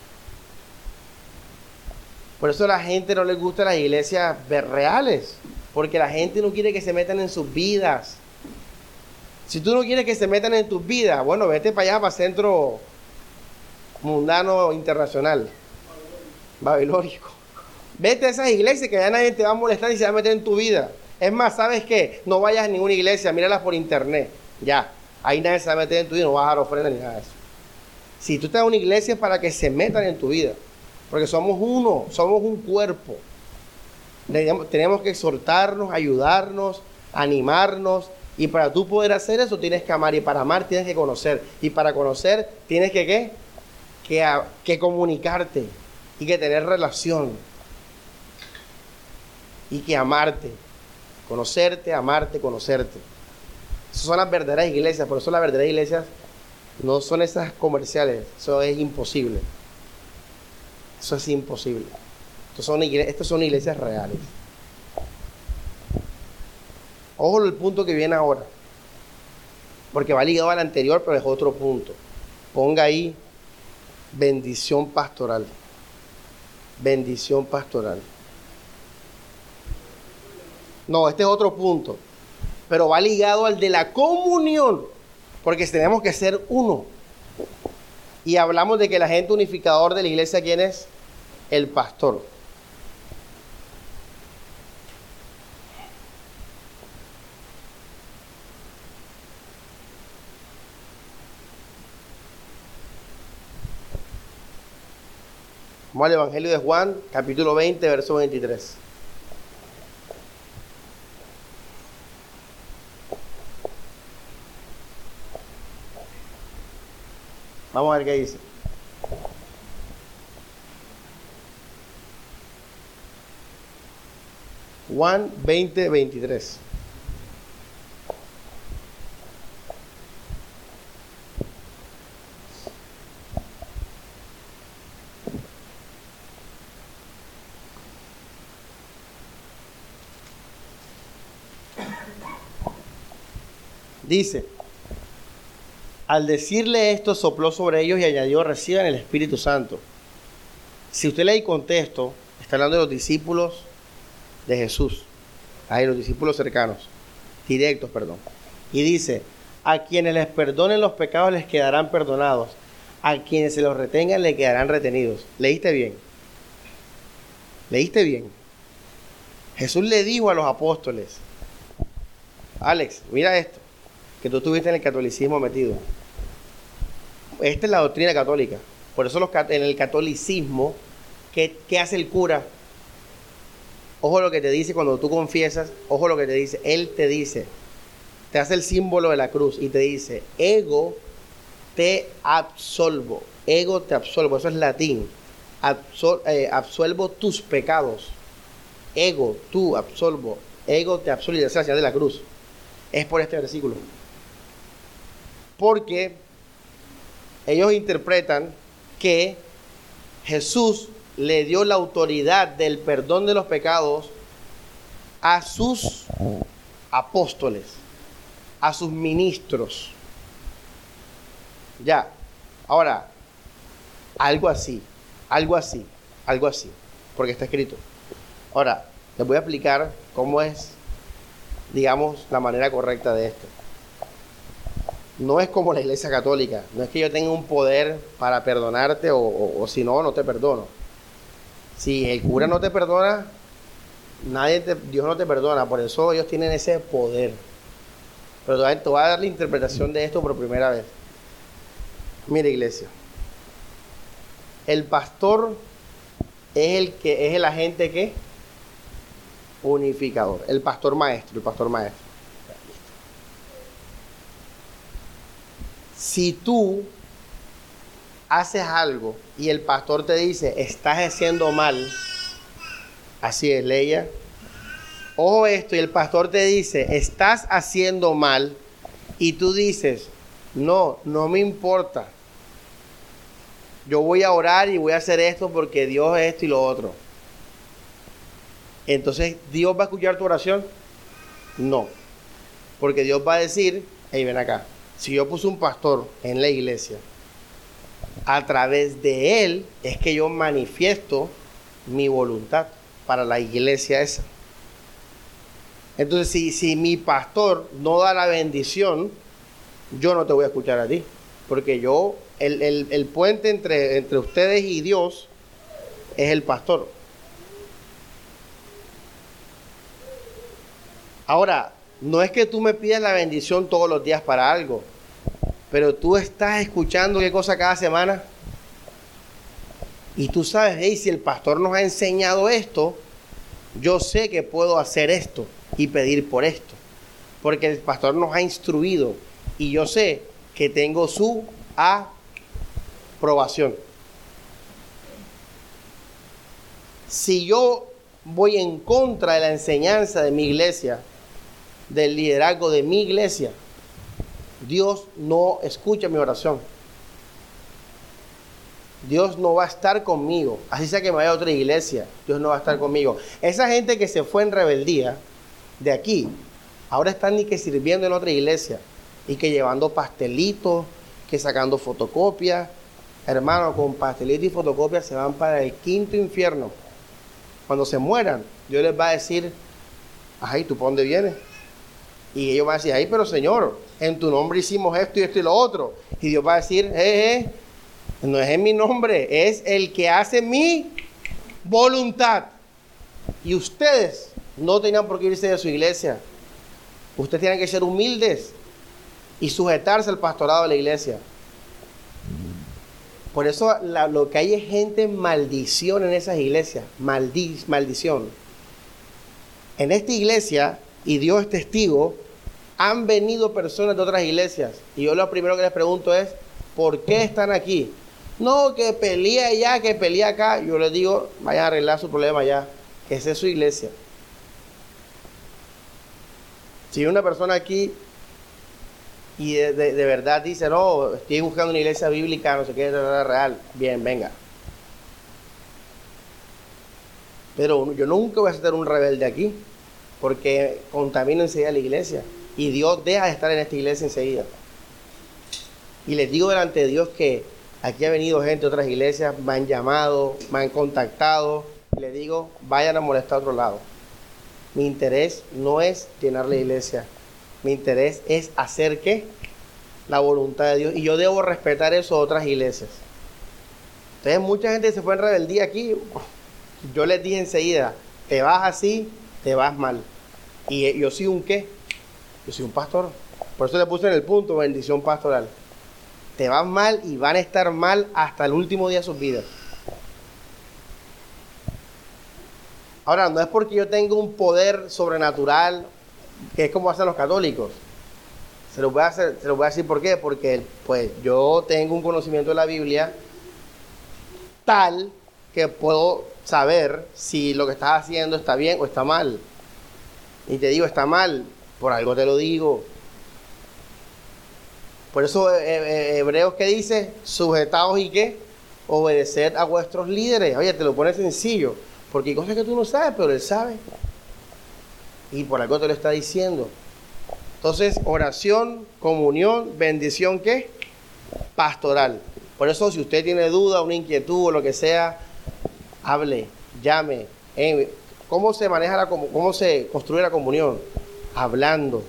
Por eso a la gente no les gusta las iglesias reales, porque la gente no quiere que se metan en sus vidas. Si tú no quieres que se metan en tus vidas, bueno, vete para allá, para Centro Mundano Internacional, Babilónico. Vete a esas iglesias que ya nadie te va a molestar y se va a meter en tu vida. Es más, ¿sabes qué? No vayas a ninguna iglesia, míralas por internet. Ya, ahí nadie se va a meter en tu vida, no vas a dar ofrenda ni nada de eso. Si tú estás en una iglesia es para que se metan en tu vida, porque somos uno, somos un cuerpo. Tenemos que exhortarnos, ayudarnos, animarnos, y para tú poder hacer eso tienes que amar, y para amar tienes que conocer, y para conocer tienes que ¿qué? Que, a, que comunicarte y que tener relación y que amarte, conocerte, amarte, conocerte. Esas son las verdaderas iglesias. Por eso las verdaderas iglesias no son esas comerciales. Eso es imposible. Eso es imposible. Estas son iglesias, estas son iglesias reales. Ojo el punto que viene ahora, porque va ligado al anterior, pero es otro punto. Ponga ahí bendición pastoral. Bendición pastoral. No, este es otro punto, pero va ligado al de la comunión, porque tenemos que ser uno. Y hablamos de que el agente unificador de la iglesia, ¿quién es? El pastor. Vamos al Evangelio de Juan, capítulo veinte, verso veintitrés. Vamos a ver qué dice. Juan veinte, veintitrés. Dice, al decirle esto, sopló sobre ellos y añadió, reciban el Espíritu Santo. Si usted lee el contexto, está hablando de los discípulos de Jesús, ahí los discípulos cercanos, directos, perdón. Y dice, A quienes les perdonen los pecados les quedarán perdonados. A quienes se los retengan les quedarán retenidos. ¿Leíste bien? ¿Leíste bien? Jesús le dijo a los apóstoles, Alex, mira esto, que tú estuviste en el catolicismo metido. Esta es la doctrina católica. Por eso los, en el catolicismo, ¿qué, ¿qué hace el cura? Ojo lo que te dice cuando tú confiesas, ojo lo que te dice. Él te dice, te hace el símbolo de la cruz y te dice, ego te absolvo, ego te absolvo, eso es latín. Absol, eh, absuelvo tus pecados. Ego, tú absolvo, ego te absolvo, y esa es la señal de la cruz. Es por este versículo. Porque ellos interpretan que Jesús le dio la autoridad del perdón de los pecados a sus apóstoles, a sus ministros. Ya, ahora, algo así, algo así, algo así, porque está escrito. Ahora, les voy a explicar cómo es, digamos, la manera correcta de esto. No es como la Iglesia Católica, no es que yo tenga un poder para perdonarte o, o, o si no, no te perdono. Si el cura no te perdona, nadie te, Dios no te perdona, por eso ellos tienen ese poder. Pero te voy a dar la interpretación de esto por primera vez. Mira, iglesia, el pastor es el que es el agente que unificador, el pastor maestro, el pastor maestro. Si tú haces algo y el pastor te dice, estás haciendo mal, así es, Leia, ojo esto, y el pastor te dice, estás haciendo mal, y tú dices, no, no me importa, yo voy a orar y voy a hacer esto porque Dios es esto y lo otro. Entonces, ¿Dios va a escuchar tu oración? No, porque Dios va a decir, hey, ven acá, si yo puse un pastor en la iglesia, a través de él es que yo manifiesto mi voluntad para la iglesia esa. Entonces, si, si mi pastor no da la bendición, yo no te voy a escuchar a ti, porque yo, el, el, el puente entre, entre ustedes y Dios es el pastor. Ahora, no es que tú me pidas la bendición todos los días para algo, pero tú estás escuchando qué cosa cada semana. Y tú sabes, hey, si el pastor nos ha enseñado esto, yo sé que puedo hacer esto y pedir por esto. Porque el pastor nos ha instruido y yo sé que tengo su aprobación. Si yo voy en contra de la enseñanza de mi iglesia, del liderazgo de mi iglesia, Dios no escucha mi oración. Dios no va a estar conmigo. Así sea que me vaya a otra iglesia, Dios no va a estar conmigo. Esa gente que se fue en rebeldía de aquí, ahora están ni que sirviendo en otra iglesia y que llevando pastelitos, que sacando fotocopias. Hermano, con pastelitos y fotocopias se van para el quinto infierno. Cuando se mueran, Dios les va a decir, ay, ¿tú para dónde vienes? Y ellos van a decir, ay, pero Señor, en tu nombre hicimos esto y esto y lo otro. Y Dios va a decir, eh, eh, no es en mi nombre, es el que hace mi voluntad. Y ustedes no tenían por qué irse de su iglesia. Ustedes tienen que ser humildes y sujetarse al pastorado de la iglesia. Por eso la, lo que hay es gente maldición en esas iglesias. Maldi, maldición. En esta iglesia, y Dios es testigo, han venido personas de otras iglesias. Y yo lo primero que les pregunto es, ¿por qué están aquí? No, que pelea allá, que pelea acá. Yo les digo, vayan a arreglar su problema allá. Esa es su iglesia. Si una persona aquí y de, de, de verdad dice, no, estoy buscando una iglesia bíblica, no sé qué, es real, bien, venga. Pero yo nunca voy a ser un rebelde aquí, porque contamino enseguida la iglesia. Y Dios deja de estar en esta iglesia enseguida. Y les digo delante de Dios que aquí ha venido gente de otras iglesias, me han llamado, me han contactado, y les digo, vayan a molestar a otro lado. Mi interés no es llenar la iglesia. Mi interés es hacer ¿qué? la voluntad de Dios. Y yo debo respetar eso de otras iglesias. Entonces mucha gente se fue en rebeldía aquí. Yo les dije enseguida, te vas así, te vas mal. Y yo soy un ¿qué? Yo soy un pastor. Por eso le puse en el punto, bendición pastoral. Te vas mal y van a estar mal hasta el último día de sus vidas. Ahora, no es porque yo tenga un poder sobrenatural, que es como hacen los católicos. Se los voy a hacer, se los voy a decir por qué. Porque pues yo tengo un conocimiento de la Biblia tal que puedo saber si lo que estás haciendo está bien o está mal. Y te digo, está mal, por algo te lo digo. Por eso eh, eh, Hebreos que dice, sujetaos y qué, obedeced a vuestros líderes. Oye, te lo pone sencillo, porque hay cosas que tú no sabes, pero él sabe. Y por algo te lo está diciendo. Entonces, oración, comunión, bendición, ¿qué? Pastoral. Por eso, si usted tiene duda, una inquietud o lo que sea, hable, llame. Eh, ¿Cómo se maneja la cómo se construye la comunión? Hablando.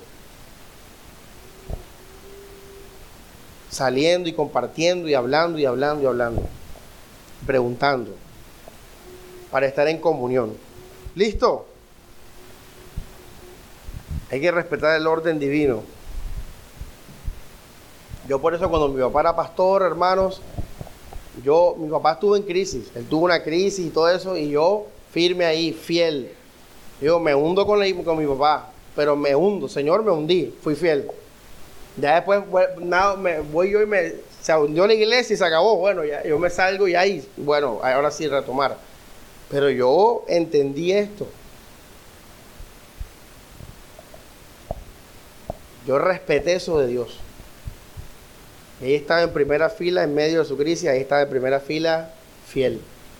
Saliendo y compartiendo y hablando y hablando y hablando. Preguntando. Para estar en comunión. ¿Listo? Hay que respetar el orden divino. Yo por eso cuando mi papá era pastor, hermanos, yo, mi papá estuvo en crisis. Él tuvo una crisis y todo eso y yo firme ahí, fiel. Yo me hundo con, la, con mi papá, pero me hundo. Señor, me hundí, fui fiel. Ya después nada, me, voy yo y me se hundió la iglesia y se acabó. Bueno, ya yo me salgo y ahí, bueno, ahora sí retomar. Pero yo entendí esto. Yo respeté eso de Dios. Ahí estaba en primera fila en medio de su crisis, ahí estaba en primera fila fiel.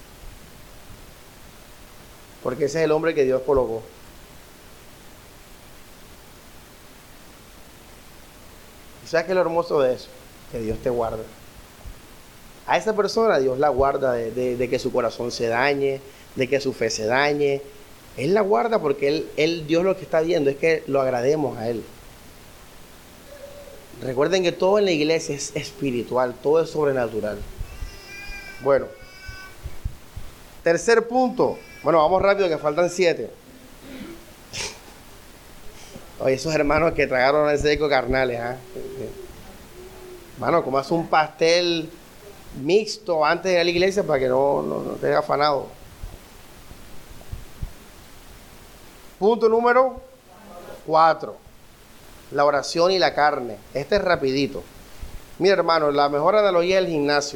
Porque ese es el hombre que Dios colocó. ¿Sabes qué es lo hermoso de eso? Que Dios te guarda. A esa persona Dios la guarda de, de, de que su corazón se dañe, de que su fe se dañe. Él la guarda porque él, él, Dios lo que está viendo es que lo agrademos a Él. Recuerden que todo en la iglesia es espiritual, todo es sobrenatural. Bueno, tercer punto. Bueno, vamos rápido que faltan siete. Oye, esos hermanos que tragaron ese seco carnales, ¿ah? ¿eh? Mano, como hace un pastel mixto antes de ir a la iglesia para que no, no, no te haya afanado. Punto número cuatro. La oración y la carne. Este es rapidito. Mira, hermano, la mejor analogía es el gimnasio.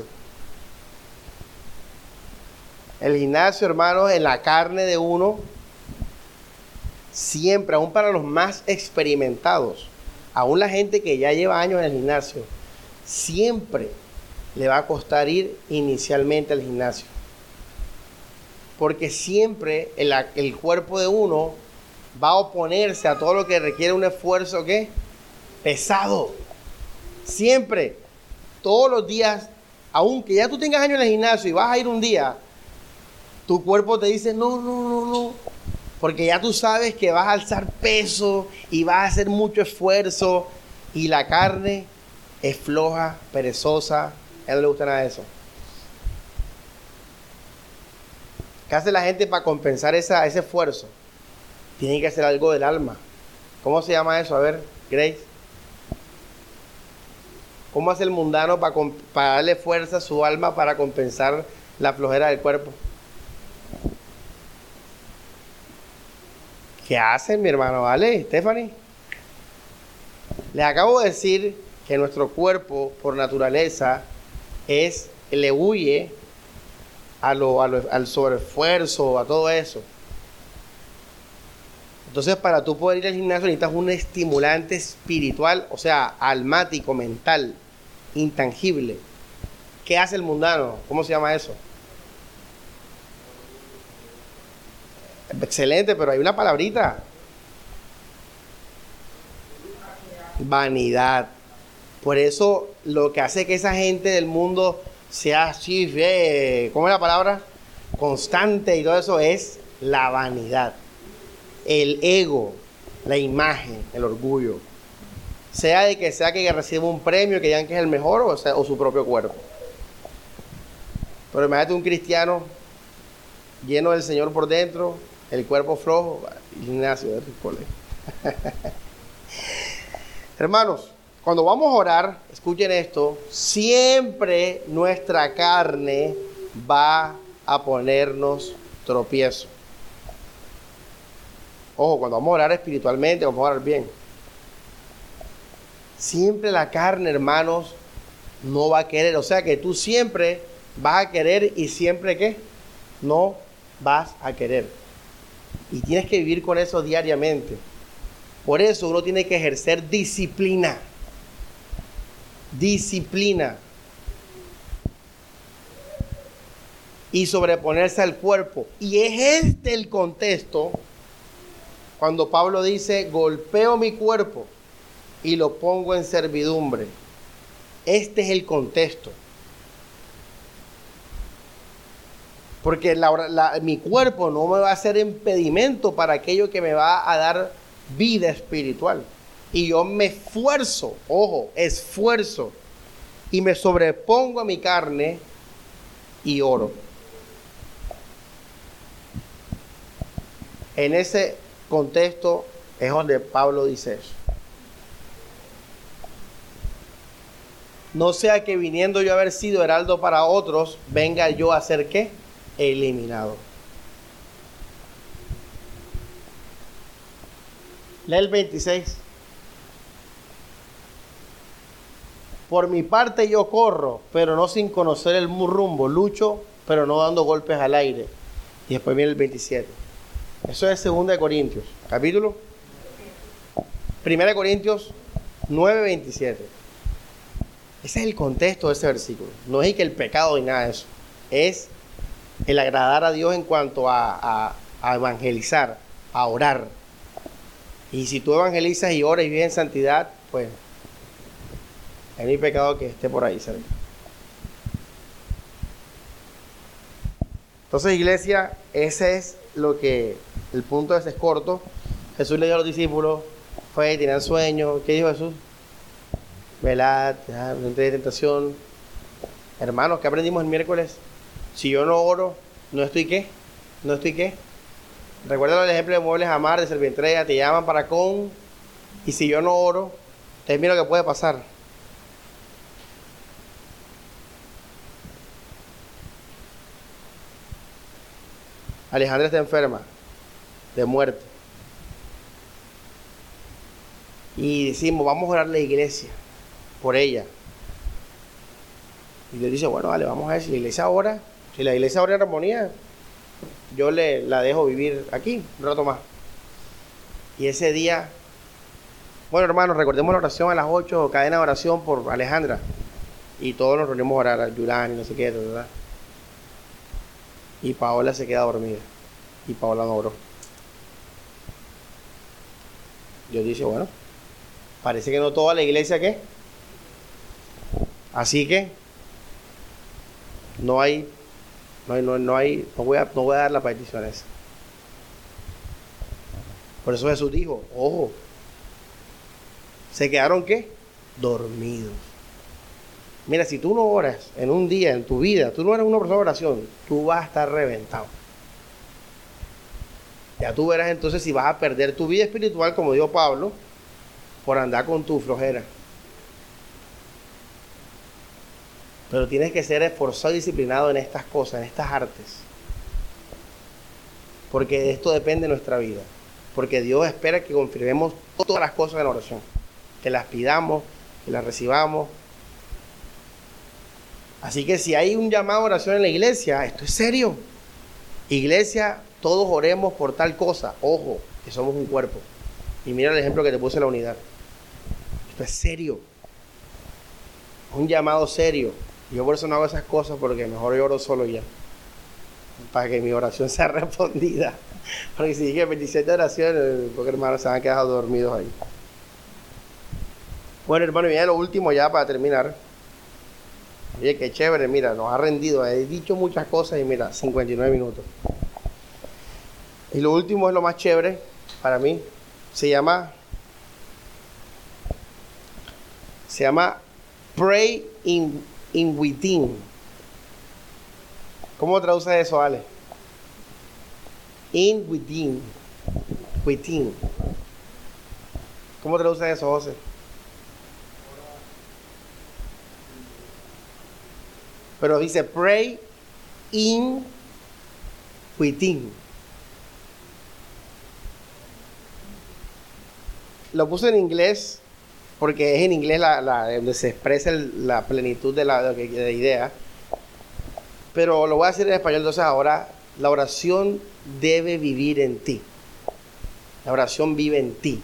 El gimnasio, hermano, en la carne de uno, siempre, aún para los más experimentados, aún la gente que ya lleva años en el gimnasio, siempre le va a costar ir inicialmente al gimnasio. Porque siempre el, el cuerpo de uno va a oponerse a todo lo que requiere un esfuerzo, ¿qué? Pesado. Siempre, todos los días, aunque ya tú tengas años en el gimnasio y vas a ir un día, tu cuerpo te dice, no, no, no, no. Porque ya tú sabes que vas a alzar peso y vas a hacer mucho esfuerzo y la carne es floja, perezosa, a él no le gusta nada de eso. ¿Qué hace la gente para compensar esa, ese esfuerzo? Tiene que hacer algo del alma. ¿Cómo se llama eso? A ver, Grace. ¿Cómo hace el mundano para, para darle fuerza a su alma para compensar la flojera del cuerpo? ¿Qué hacen, mi hermano? ¿Vale, Stephanie? Les acabo de decir que nuestro cuerpo, por naturaleza, es, le huye a lo, a lo, al sobreesfuerzo, a todo eso. Entonces, para tú poder ir al gimnasio necesitas un estimulante espiritual, o sea, almático, mental, intangible. ¿Qué hace el mundano? ¿Cómo se llama eso? Excelente, pero hay una palabrita. Vanidad. Por eso lo que hace que esa gente del mundo sea así, eh, ¿cómo es la palabra? Constante y todo eso es la vanidad. El ego, la imagen, el orgullo. sea de que sea que reciba un premio, que digan que es el mejor, o, sea, o su propio cuerpo. Pero imagínate un cristiano lleno del Señor por dentro, el cuerpo flojo, Ignacio de Ripollet. Hermanos, cuando vamos a orar, escuchen esto, siempre nuestra carne va a ponernos tropiezo. Ojo, cuando vamos a orar espiritualmente, vamos a orar bien. Siempre la carne, hermanos, no va a querer. O sea que tú siempre vas a querer y siempre, ¿qué? No vas a querer. Y tienes que vivir con eso diariamente. Por eso uno tiene que ejercer disciplina. Disciplina. Y sobreponerse al cuerpo. Y es este el contexto cuando Pablo dice, golpeo mi cuerpo y lo pongo en servidumbre. Este es el contexto. Porque la, la, mi cuerpo no me va a ser impedimento para aquello que me va a dar vida espiritual. Y yo me esfuerzo, ojo, esfuerzo, y me sobrepongo a mi carne y oro. En ese contexto es donde Pablo dice eso. No sea que viniendo yo a haber sido heraldo para otros, venga yo a ser ¿qué? Eliminado. Lee el veintiséis. Por mi parte yo corro, pero no sin conocer el rumbo. Lucho, pero no dando golpes al aire. Y después viene el veintisiete. Eso es segunda de Corintios, capítulo. primera de Corintios nueve, veintisiete. Ese es el contexto de ese versículo. No es que el pecado ni nada de eso. Es el agradar a Dios en cuanto a, a, a evangelizar, a orar. Y si tú evangelizas y oras y vives en santidad, pues no hay pecado que esté por ahí cerca. Entonces, iglesia, ese es lo que, el punto de ese es corto. Jesús le dio a los discípulos, fue, tenían sueño. ¿Qué dijo Jesús? Velad, no entréis en tentación. Hermanos, ¿qué aprendimos el miércoles? Si yo no oro, ¿no estoy qué? ¿No estoy qué? Recuerda el ejemplo de muebles a mar, de Servientrega, te llaman para con, y si yo no oro, entonces mira lo que puede pasar. Alejandra está enferma, de muerte. Y decimos, vamos a orar a la iglesia por ella. Y Dios dice, bueno, vale, vamos a ver si la iglesia ora. Si la iglesia ora en armonía, yo le, la dejo vivir aquí un rato más. Y ese día, bueno, hermanos, recordemos la oración a las ocho, cadena de oración por Alejandra. Y todos nos reunimos a orar, a Yurán y no sé qué, ¿verdad? Y Paola se queda dormida. Y Paola no oró. Dios dice, bueno, parece que no toda la iglesia, ¿qué? Así que no hay, no hay, no, no hay, no voy a, no voy a dar la petición esa. Por eso Jesús dijo, ojo, ¿se quedaron qué? Dormidos. Mira, si tú no oras en un día, en tu vida, tú no eres una persona de oración, tú vas a estar reventado. Ya tú verás entonces si vas a perder tu vida espiritual, como dijo Pablo, por andar con tu flojera. Pero tienes que ser esforzado y disciplinado en estas cosas, en estas artes. Porque de esto depende nuestra vida. Porque Dios espera que confirmemos todas las cosas en la oración. Que las pidamos, que las recibamos. Así que si hay un llamado a oración en la iglesia, esto es serio. Iglesia, todos oremos por tal cosa. Ojo, que somos un cuerpo. Y mira el ejemplo que te puse en la unidad. Esto es serio. Un llamado serio. Yo por eso no hago esas cosas, porque mejor yo oro solo ya. Para que mi oración sea respondida. Porque si dije veintisiete oraciones, porque hermanos se han quedado dormidos ahí. Bueno, hermano, y ya lo último ya para terminar. Oye, qué chévere, mira, nos ha rendido. He dicho muchas cosas y mira, cincuenta y nueve minutos. Y lo último es lo más chévere para mí. Se llama Se llama Pray in, in Within. ¿Cómo traduce eso, Ale? In within. Within. ¿Cómo traduce eso, José? Pero dice pray in within. Lo puse en inglés porque es en inglés la, la, donde se expresa el, la plenitud de la, de la idea. Pero lo voy a decir en español. Entonces ahora, la oración debe vivir en ti. La oración vive en ti.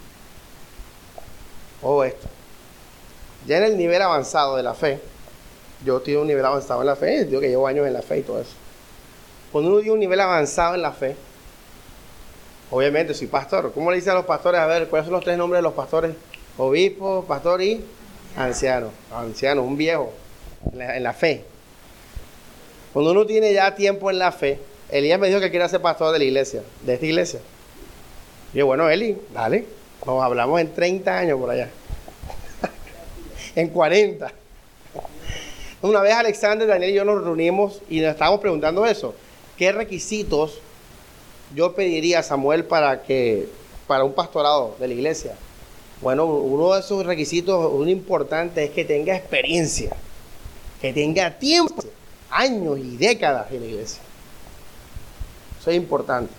Oh, esto. Ya en el nivel avanzado de la fe, yo tengo un nivel avanzado en la fe, digo que llevo años en la fe y todo eso. Cuando uno tiene un nivel avanzado en la fe, obviamente soy pastor. ¿Cómo le dicen a los pastores? A ver, ¿cuáles son los tres nombres de los pastores? Obispo, pastor y anciano. Anciano, un viejo en la, en la fe. Cuando uno tiene ya tiempo en la fe, Elías me dijo que quiere ser pastor de la iglesia, de esta iglesia. Y yo, bueno, Eli, dale, nos hablamos en treinta años por allá. En cuarenta. Una vez Alexander, Daniel y yo nos reunimos y nos estábamos preguntando eso. ¿Qué requisitos yo pediría a Samuel para que para un pastorado de la iglesia? Bueno, uno de esos requisitos, uno importante, es que tenga experiencia, que tenga tiempo, años y décadas en la iglesia. Eso es importante.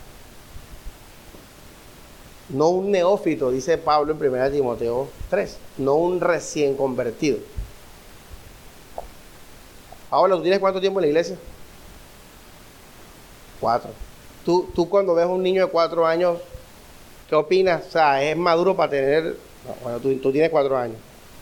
No un neófito, dice Pablo en primera Timoteo tres, no un recién convertido. Ahora, ¿tú tienes cuánto tiempo en la iglesia? Cuatro. ¿Tú, tú cuando ves a un niño de cuatro años, qué opinas? O sea, ¿es maduro para tener...? No, bueno, tú, tú tienes cuatro años.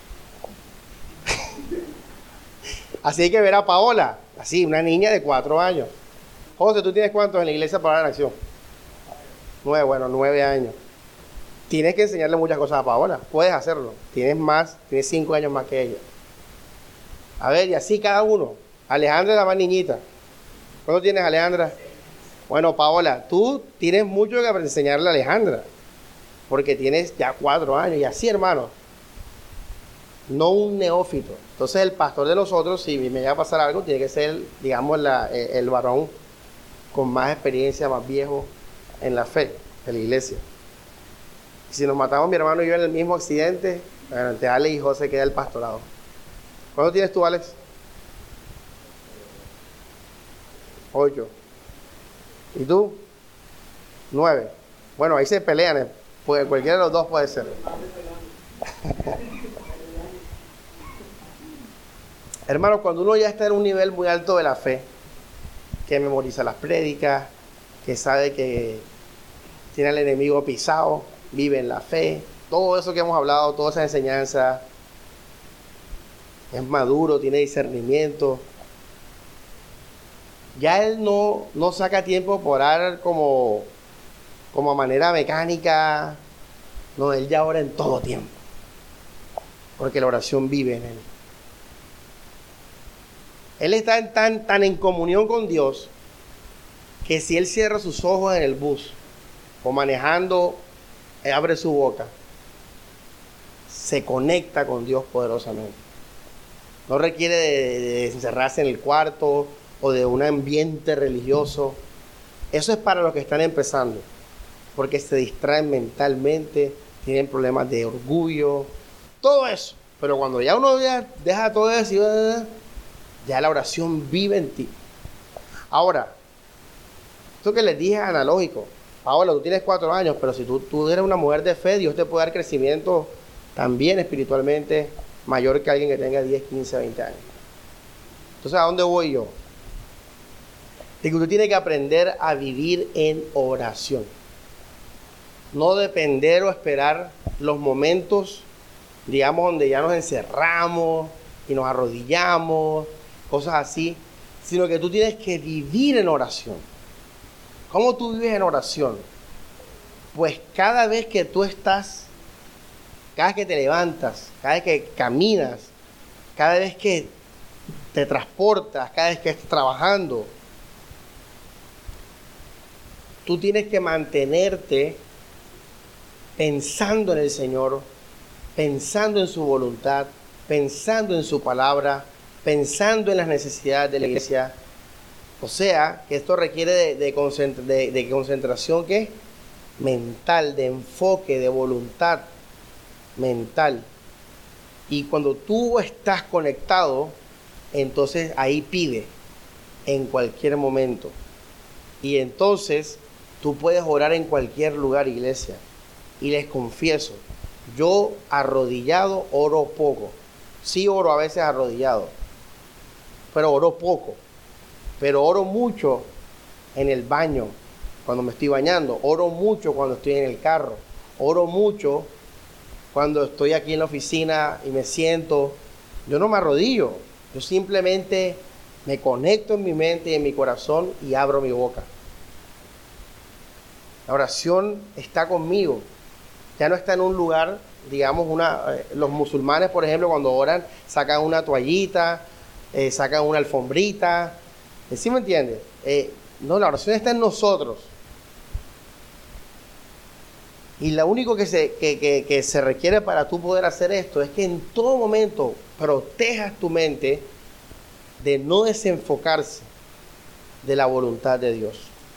Así hay que ver a Paola, así, una niña de cuatro años. José, ¿tú tienes cuántos en la iglesia para la acción? Nueve, bueno, nueve años. Tienes que enseñarle muchas cosas a Paola. Puedes hacerlo. Tienes más, tienes cinco años más que ella. A ver, y así cada uno. Alejandra es la más niñita. ¿Cuánto tienes, Alejandra? Bueno, Paola, tú tienes mucho que enseñarle a Alejandra. Porque tienes ya cuatro años. Y así, hermano. No un neófito. Entonces, el pastor de nosotros, si me llega a pasar algo, tiene que ser, digamos, la, el, el varón con más experiencia, más viejo en la fe de la iglesia. Y si nos matamos mi hermano y yo en el mismo accidente, bueno, entre Alex y José queda el pastorado. ¿Cuánto tienes tú, Alex? Ocho. ¿Y tú? Nueve. Bueno, ahí se pelean. Pues cualquiera de los dos puede ser. Hermanos, cuando uno ya está en un nivel muy alto de la fe, que memoriza las prédicas, que sabe que tiene al enemigo pisado, vive en la fe, todo eso que hemos hablado, toda esa enseñanza, es maduro, tiene discernimiento. Ya él no, no saca tiempo por orar como, como a manera mecánica. No, él ya ora en todo tiempo. Porque la oración vive en él. Él está en tan, tan en comunión con Dios que si él cierra sus ojos en el bus o manejando, abre su boca, se conecta con Dios poderosamente. No requiere de, de encerrarse en el cuarto o de un ambiente religioso. Eso es para los que están empezando, porque se distraen mentalmente, tienen problemas de orgullo, todo eso. Pero cuando ya uno ya deja todo eso, ya la oración vive en ti. Ahora, esto que les dije es analógico. Paola, tú tienes cuatro años, pero si tú, tú eres una mujer de fe, Dios te puede dar crecimiento también espiritualmente mayor que alguien que tenga diez, quince, veinte años. Entonces, ¿a dónde voy yo? De que usted tiene que aprender a vivir en oración. No depender o esperar los momentos, digamos, donde ya nos encerramos y nos arrodillamos, cosas así, sino que tú tienes que vivir en oración. ¿Cómo tú vives en oración? Pues cada vez que tú estás, cada vez que te levantas, cada vez que caminas, cada vez que te transportas, cada vez que estás trabajando, tú tienes que mantenerte pensando en el Señor, pensando en su voluntad, pensando en su palabra, pensando en las necesidades de la iglesia. O sea, que esto requiere de, de, concentra, de, de concentración ¿qué? mental, de enfoque, de voluntad mental. Y cuando tú estás conectado, entonces ahí pide en cualquier momento. Y entonces tú puedes orar en cualquier lugar, iglesia. Y les confieso, yo arrodillado oro poco. Sí oro a veces arrodillado, pero oro poco. Pero oro mucho en el baño, cuando me estoy bañando. Oro mucho cuando estoy en el carro. Oro mucho cuando estoy aquí en la oficina y me siento. Yo no me arrodillo. Yo simplemente me conecto en mi mente y en mi corazón y abro mi boca. La oración está conmigo. Ya no está en un lugar, digamos, una, eh, los musulmanes, por ejemplo, cuando oran, sacan una toallita, eh, sacan una alfombrita. ¿Sí me entiendes? Eh, no, la oración está en nosotros. Y lo único que se, que, que, que se requiere para tú poder hacer esto es que en todo momento protejas tu mente de no desenfocarse de la voluntad de Dios.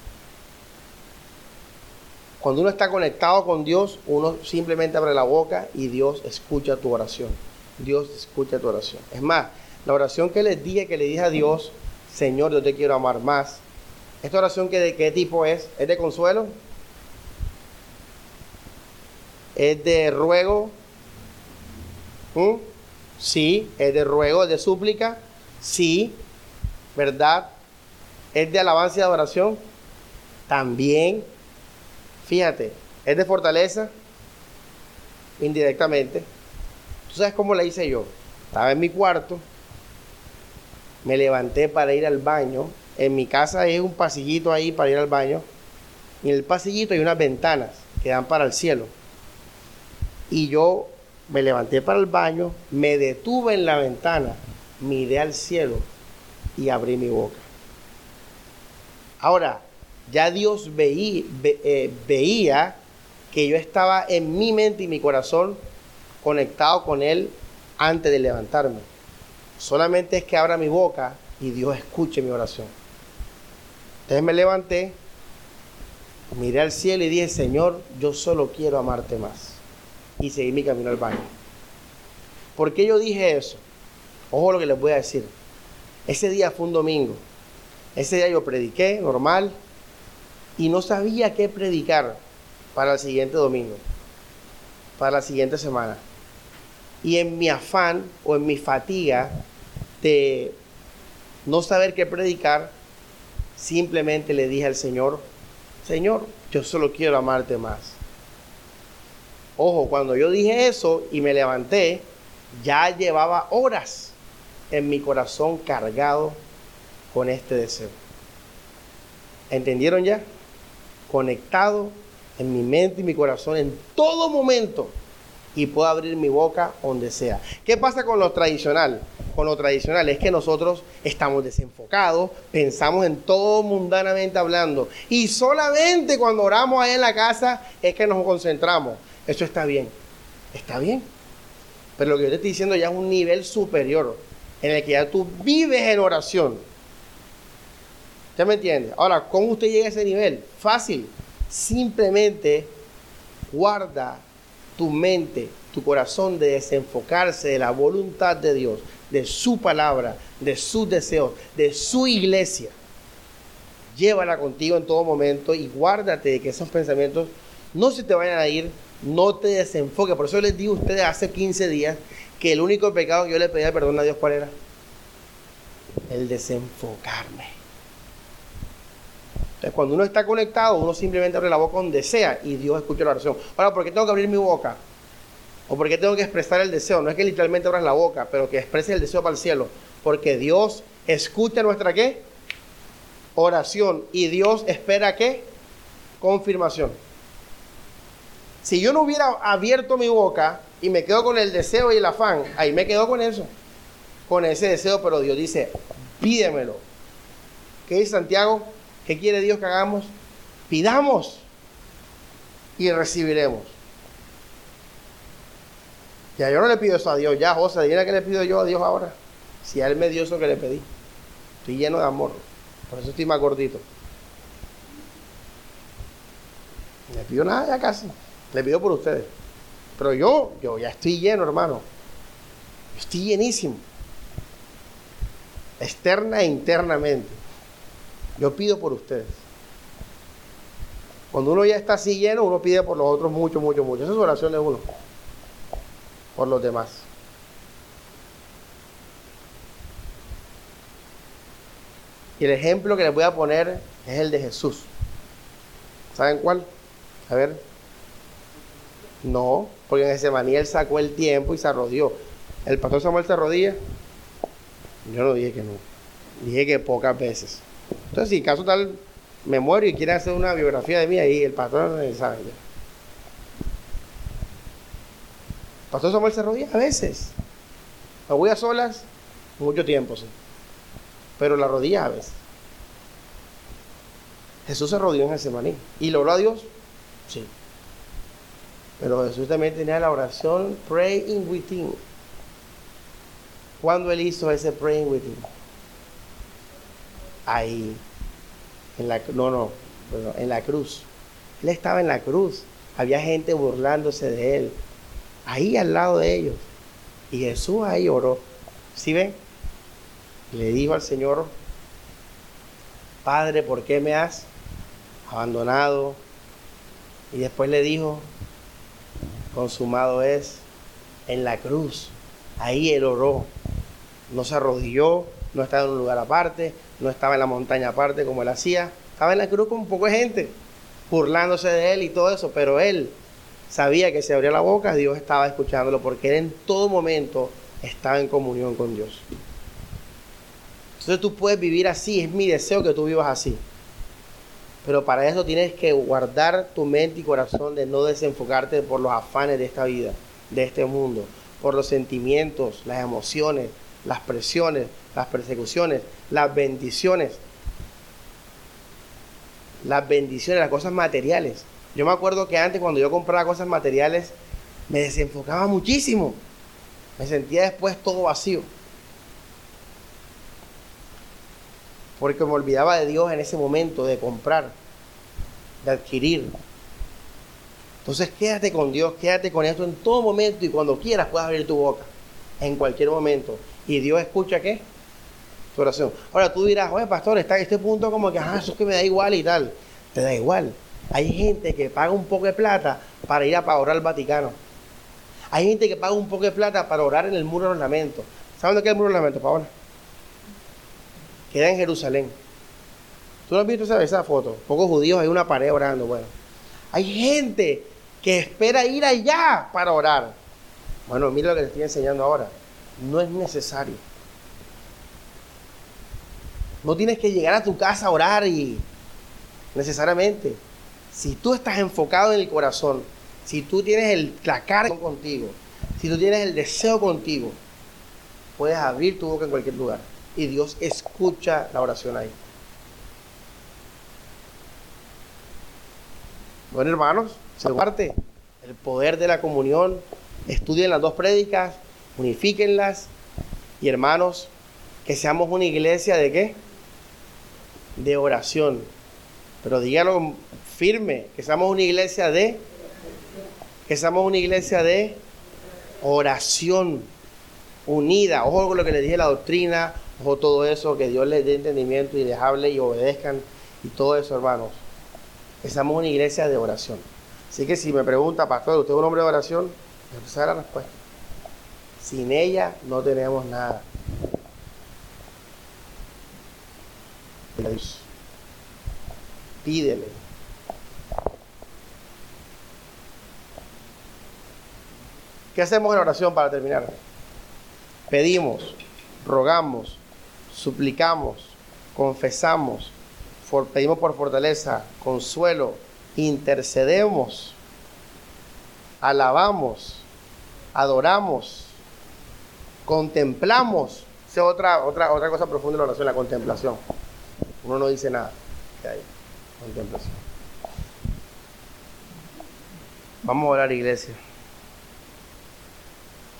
Cuando uno está conectado con Dios, uno simplemente abre la boca y Dios escucha tu oración. Dios escucha tu oración. Es más, la oración que les dije, que le dije a Dios, Señor, yo te quiero amar más. ¿Esta oración que de qué tipo es? ¿Es de consuelo? ¿Es de ruego? ¿Mm? Sí. ¿Es de ruego? ¿Es de súplica? Sí. ¿Verdad? ¿Es de alabanza y adoración? También. Fíjate, ¿es de fortaleza? Indirectamente. ¿Tú sabes cómo la hice yo? Estaba en mi cuarto, me levanté para ir al baño. En mi casa hay un pasillito ahí para ir al baño. Y en el pasillito hay unas ventanas que dan para el cielo. Y yo me levanté para el baño, me detuve en la ventana, miré al cielo y abrí mi boca. Ahora, ya Dios veí, ve, eh, veía que yo estaba en mi mente y mi corazón conectado con Él antes de levantarme. Solamente es que abra mi boca y Dios escuche mi oración. Entonces me levanté, miré al cielo y dije, Señor, yo solo quiero amarte más. Y seguí mi camino al baño. ¿Por qué yo dije eso? Ojo lo que les voy a decir. Ese día fue un domingo. Ese día yo prediqué normal y no sabía qué predicar para el siguiente domingo, para la siguiente semana. Y en mi afán o en mi fatiga de no saber qué predicar, simplemente le dije al Señor, Señor, yo solo quiero amarte más. Ojo, cuando yo dije eso y me levanté, ya llevaba horas en mi corazón cargado con este deseo. ¿Entendieron ya? Conectado en mi mente y mi corazón en todo momento y puedo abrir mi boca donde sea. ¿Qué pasa con lo tradicional? Con lo tradicional es que nosotros estamos desenfocados, pensamos en todo mundanamente hablando y solamente cuando oramos ahí en la casa es que nos concentramos. Eso está bien, está bien. Pero lo que yo te estoy diciendo ya es un nivel superior en el que ya tú vives en oración. ¿Usted me entiende? Ahora, ¿cómo usted llega a ese nivel? Fácil. Simplemente guarda tu mente, tu corazón de desenfocarse de la voluntad de Dios, de su palabra, de sus deseos, de su iglesia. Llévala contigo en todo momento y guárdate de que esos pensamientos no se te vayan a ir, no te desenfoques. Por eso les digo a ustedes hace quince días que el único pecado que yo le pedía perdón a Dios, ¿cuál era? El desenfocarme. Entonces, cuando uno está conectado, uno simplemente abre la boca donde sea y Dios escucha la oración. Ahora, ¿por qué tengo que abrir mi boca? ¿O por qué tengo que expresar el deseo? No es que literalmente abras la boca, pero que expreses el deseo para el cielo. Porque Dios escucha nuestra ¿qué? Oración. Y Dios espera ¿qué? Confirmación. Si yo no hubiera abierto mi boca y me quedo con el deseo y el afán, ahí me quedo con eso. Con ese deseo, pero Dios dice, pídemelo. ¿Qué dice Santiago? ¿Qué quiere Dios que hagamos? Pidamos y recibiremos. Ya yo no le pido eso a Dios, ya José, dile que le pido yo a Dios ahora. Si a Él me dio eso que le pedí. Estoy lleno de amor. Por eso estoy más gordito. No le pido nada ya casi. Le pido por ustedes. Pero yo, yo ya estoy lleno, hermano. Yo estoy llenísimo. Externa e internamente. Yo pido por ustedes. Cuando uno ya está así lleno, uno pide por los otros mucho, mucho, mucho. Esa es oración de uno. Por los demás. Y el ejemplo que les voy a poner es el de Jesús. ¿Saben cuál? A ver. No, porque en Getsemaní él sacó el tiempo y se arrodilló. ¿El pastor Samuel se arrodilla? Yo no dije que no. Dije que pocas veces. Entonces, si en caso tal me muero y quiere hacer una biografía de mí, ahí el pastor no sabe. El pastor Samuel se arrodilla a veces. Me voy a solas mucho tiempo, sí. Pero la rodilla a veces. Jesús se arrodilló en Getsemaní. ¿Y logró a Dios? Sí. Pero Jesús también tenía la oración praying with him. ¿Cuándo él hizo ese praying with him? Ahí. En la, no, no, bueno, en la cruz. Él estaba en la cruz. Había gente burlándose de él. Ahí al lado de ellos. Y Jesús ahí oró. ¿Sí ven? Le dijo al Señor: Padre, ¿por qué me has abandonado? Y después le dijo: consumado es. En la cruz. Ahí él oró. No se arrodilló, no estaba en un lugar aparte, no estaba en la montaña aparte como él hacía. Estaba en la cruz con un poco de gente, burlándose de él y todo eso, pero él sabía que si abría la boca, Dios estaba escuchándolo, porque él en todo momento estaba en comunión con Dios. Entonces tú puedes vivir así, es mi deseo que tú vivas así. Pero para eso tienes que guardar tu mente y corazón de no desenfocarte por los afanes de esta vida, de este mundo, por los sentimientos, las emociones, las presiones, las persecuciones, las bendiciones. Las bendiciones, las cosas materiales. Yo me acuerdo que antes, cuando yo compraba cosas materiales, me desenfocaba muchísimo. Me sentía después todo vacío. Porque me olvidaba de Dios en ese momento, de comprar, de adquirir. Entonces quédate con Dios, quédate con esto en todo momento, y cuando quieras puedes abrir tu boca, en cualquier momento. Y Dios escucha, ¿qué? Tu oración. Ahora tú dirás: oye, pastor, está en este punto como que, ah, eso es que me da igual y tal. Te da igual. Hay gente que paga un poco de plata para ir a orar al Vaticano. Hay gente que paga un poco de plata para orar en el muro de ornamento. ¿Saben dónde queda el muro de ornamento, Paola? Queda en Jerusalén. ¿Tú no has visto esa, esa foto? Pocos judíos, hay una pared orando. Bueno, hay gente que espera ir allá para orar. Bueno, mira lo que te estoy enseñando ahora. No es necesario. No tienes que llegar a tu casa a orar y necesariamente. Si tú estás enfocado en el corazón, si tú tienes el, la carga contigo, si tú tienes el deseo contigo, puedes abrir tu boca en cualquier lugar y Dios escucha la oración ahí. Bueno, hermanos, se parte el poder de la comunión. Estudien las dos prédicas, unifíquenlas, y hermanos, que seamos una iglesia de ¿qué? De oración. Pero dígalo firme, que seamos una iglesia de que seamos una iglesia de oración unida. Ojo con lo que les dije, la doctrina, ojo todo eso, que Dios les dé entendimiento y les hable y obedezcan y todo eso, hermanos. Que seamos una iglesia de oración. Así que si me pregunta: pastor, ¿usted es un hombre de oración? Esa es la respuesta. Sin ella no tenemos nada. Pídele. ¿Qué hacemos en oración para terminar? Pedimos, rogamos, suplicamos, confesamos, for, pedimos por fortaleza, consuelo, intercedemos, alabamos, adoramos, contemplamos. Esa es otra, otra, otra cosa profunda de la oración, la contemplación. Uno no dice nada. ¿Qué hay? Contemplación. Vamos a orar, iglesia.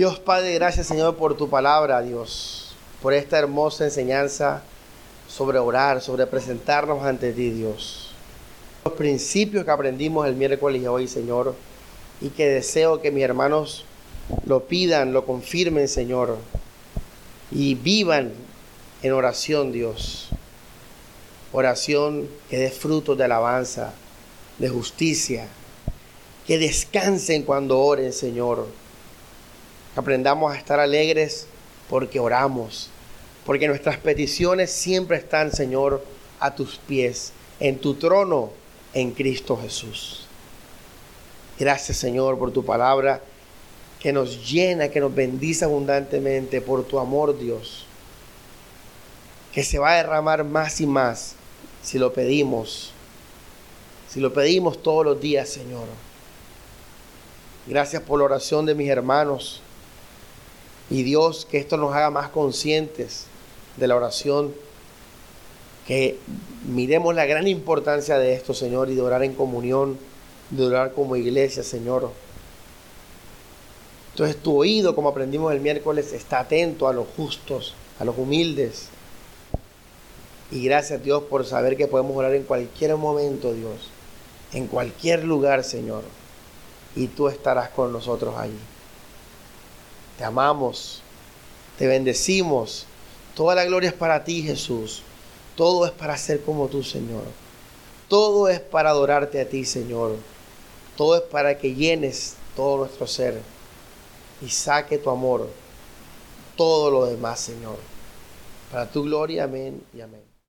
Dios Padre, gracias Señor por tu palabra, Dios, por esta hermosa enseñanza sobre orar, sobre presentarnos ante ti, Dios. Los principios que aprendimos el miércoles y hoy, Señor, y que deseo que mis hermanos lo pidan, lo confirmen, Señor, y vivan en oración, Dios. Oración que dé frutos de alabanza, de justicia, que descansen cuando oren, Señor. Que aprendamos a estar alegres porque oramos, porque nuestras peticiones siempre están, Señor, a tus pies, en tu trono, en Cristo Jesús. Gracias, Señor, por tu palabra que nos llena, que nos bendice abundantemente, por tu amor, Dios, que se va a derramar más y más si lo pedimos, si lo pedimos todos los días, Señor. Gracias por la oración de mis hermanos. Y Dios, que esto nos haga más conscientes de la oración, que miremos la gran importancia de esto, Señor, y de orar en comunión, de orar como iglesia, Señor. Entonces tu oído, como aprendimos el miércoles, está atento a los justos, a los humildes. Y gracias, Dios, por saber que podemos orar en cualquier momento, Dios, en cualquier lugar, Señor, y tú estarás con nosotros allí. Te amamos, te bendecimos. Toda la gloria es para ti, Jesús. Todo es para ser como tú, Señor. Todo es para adorarte a ti, Señor. Todo es para que llenes todo nuestro ser y saque tu amor, todo lo demás, Señor. Para tu gloria, amén y amén.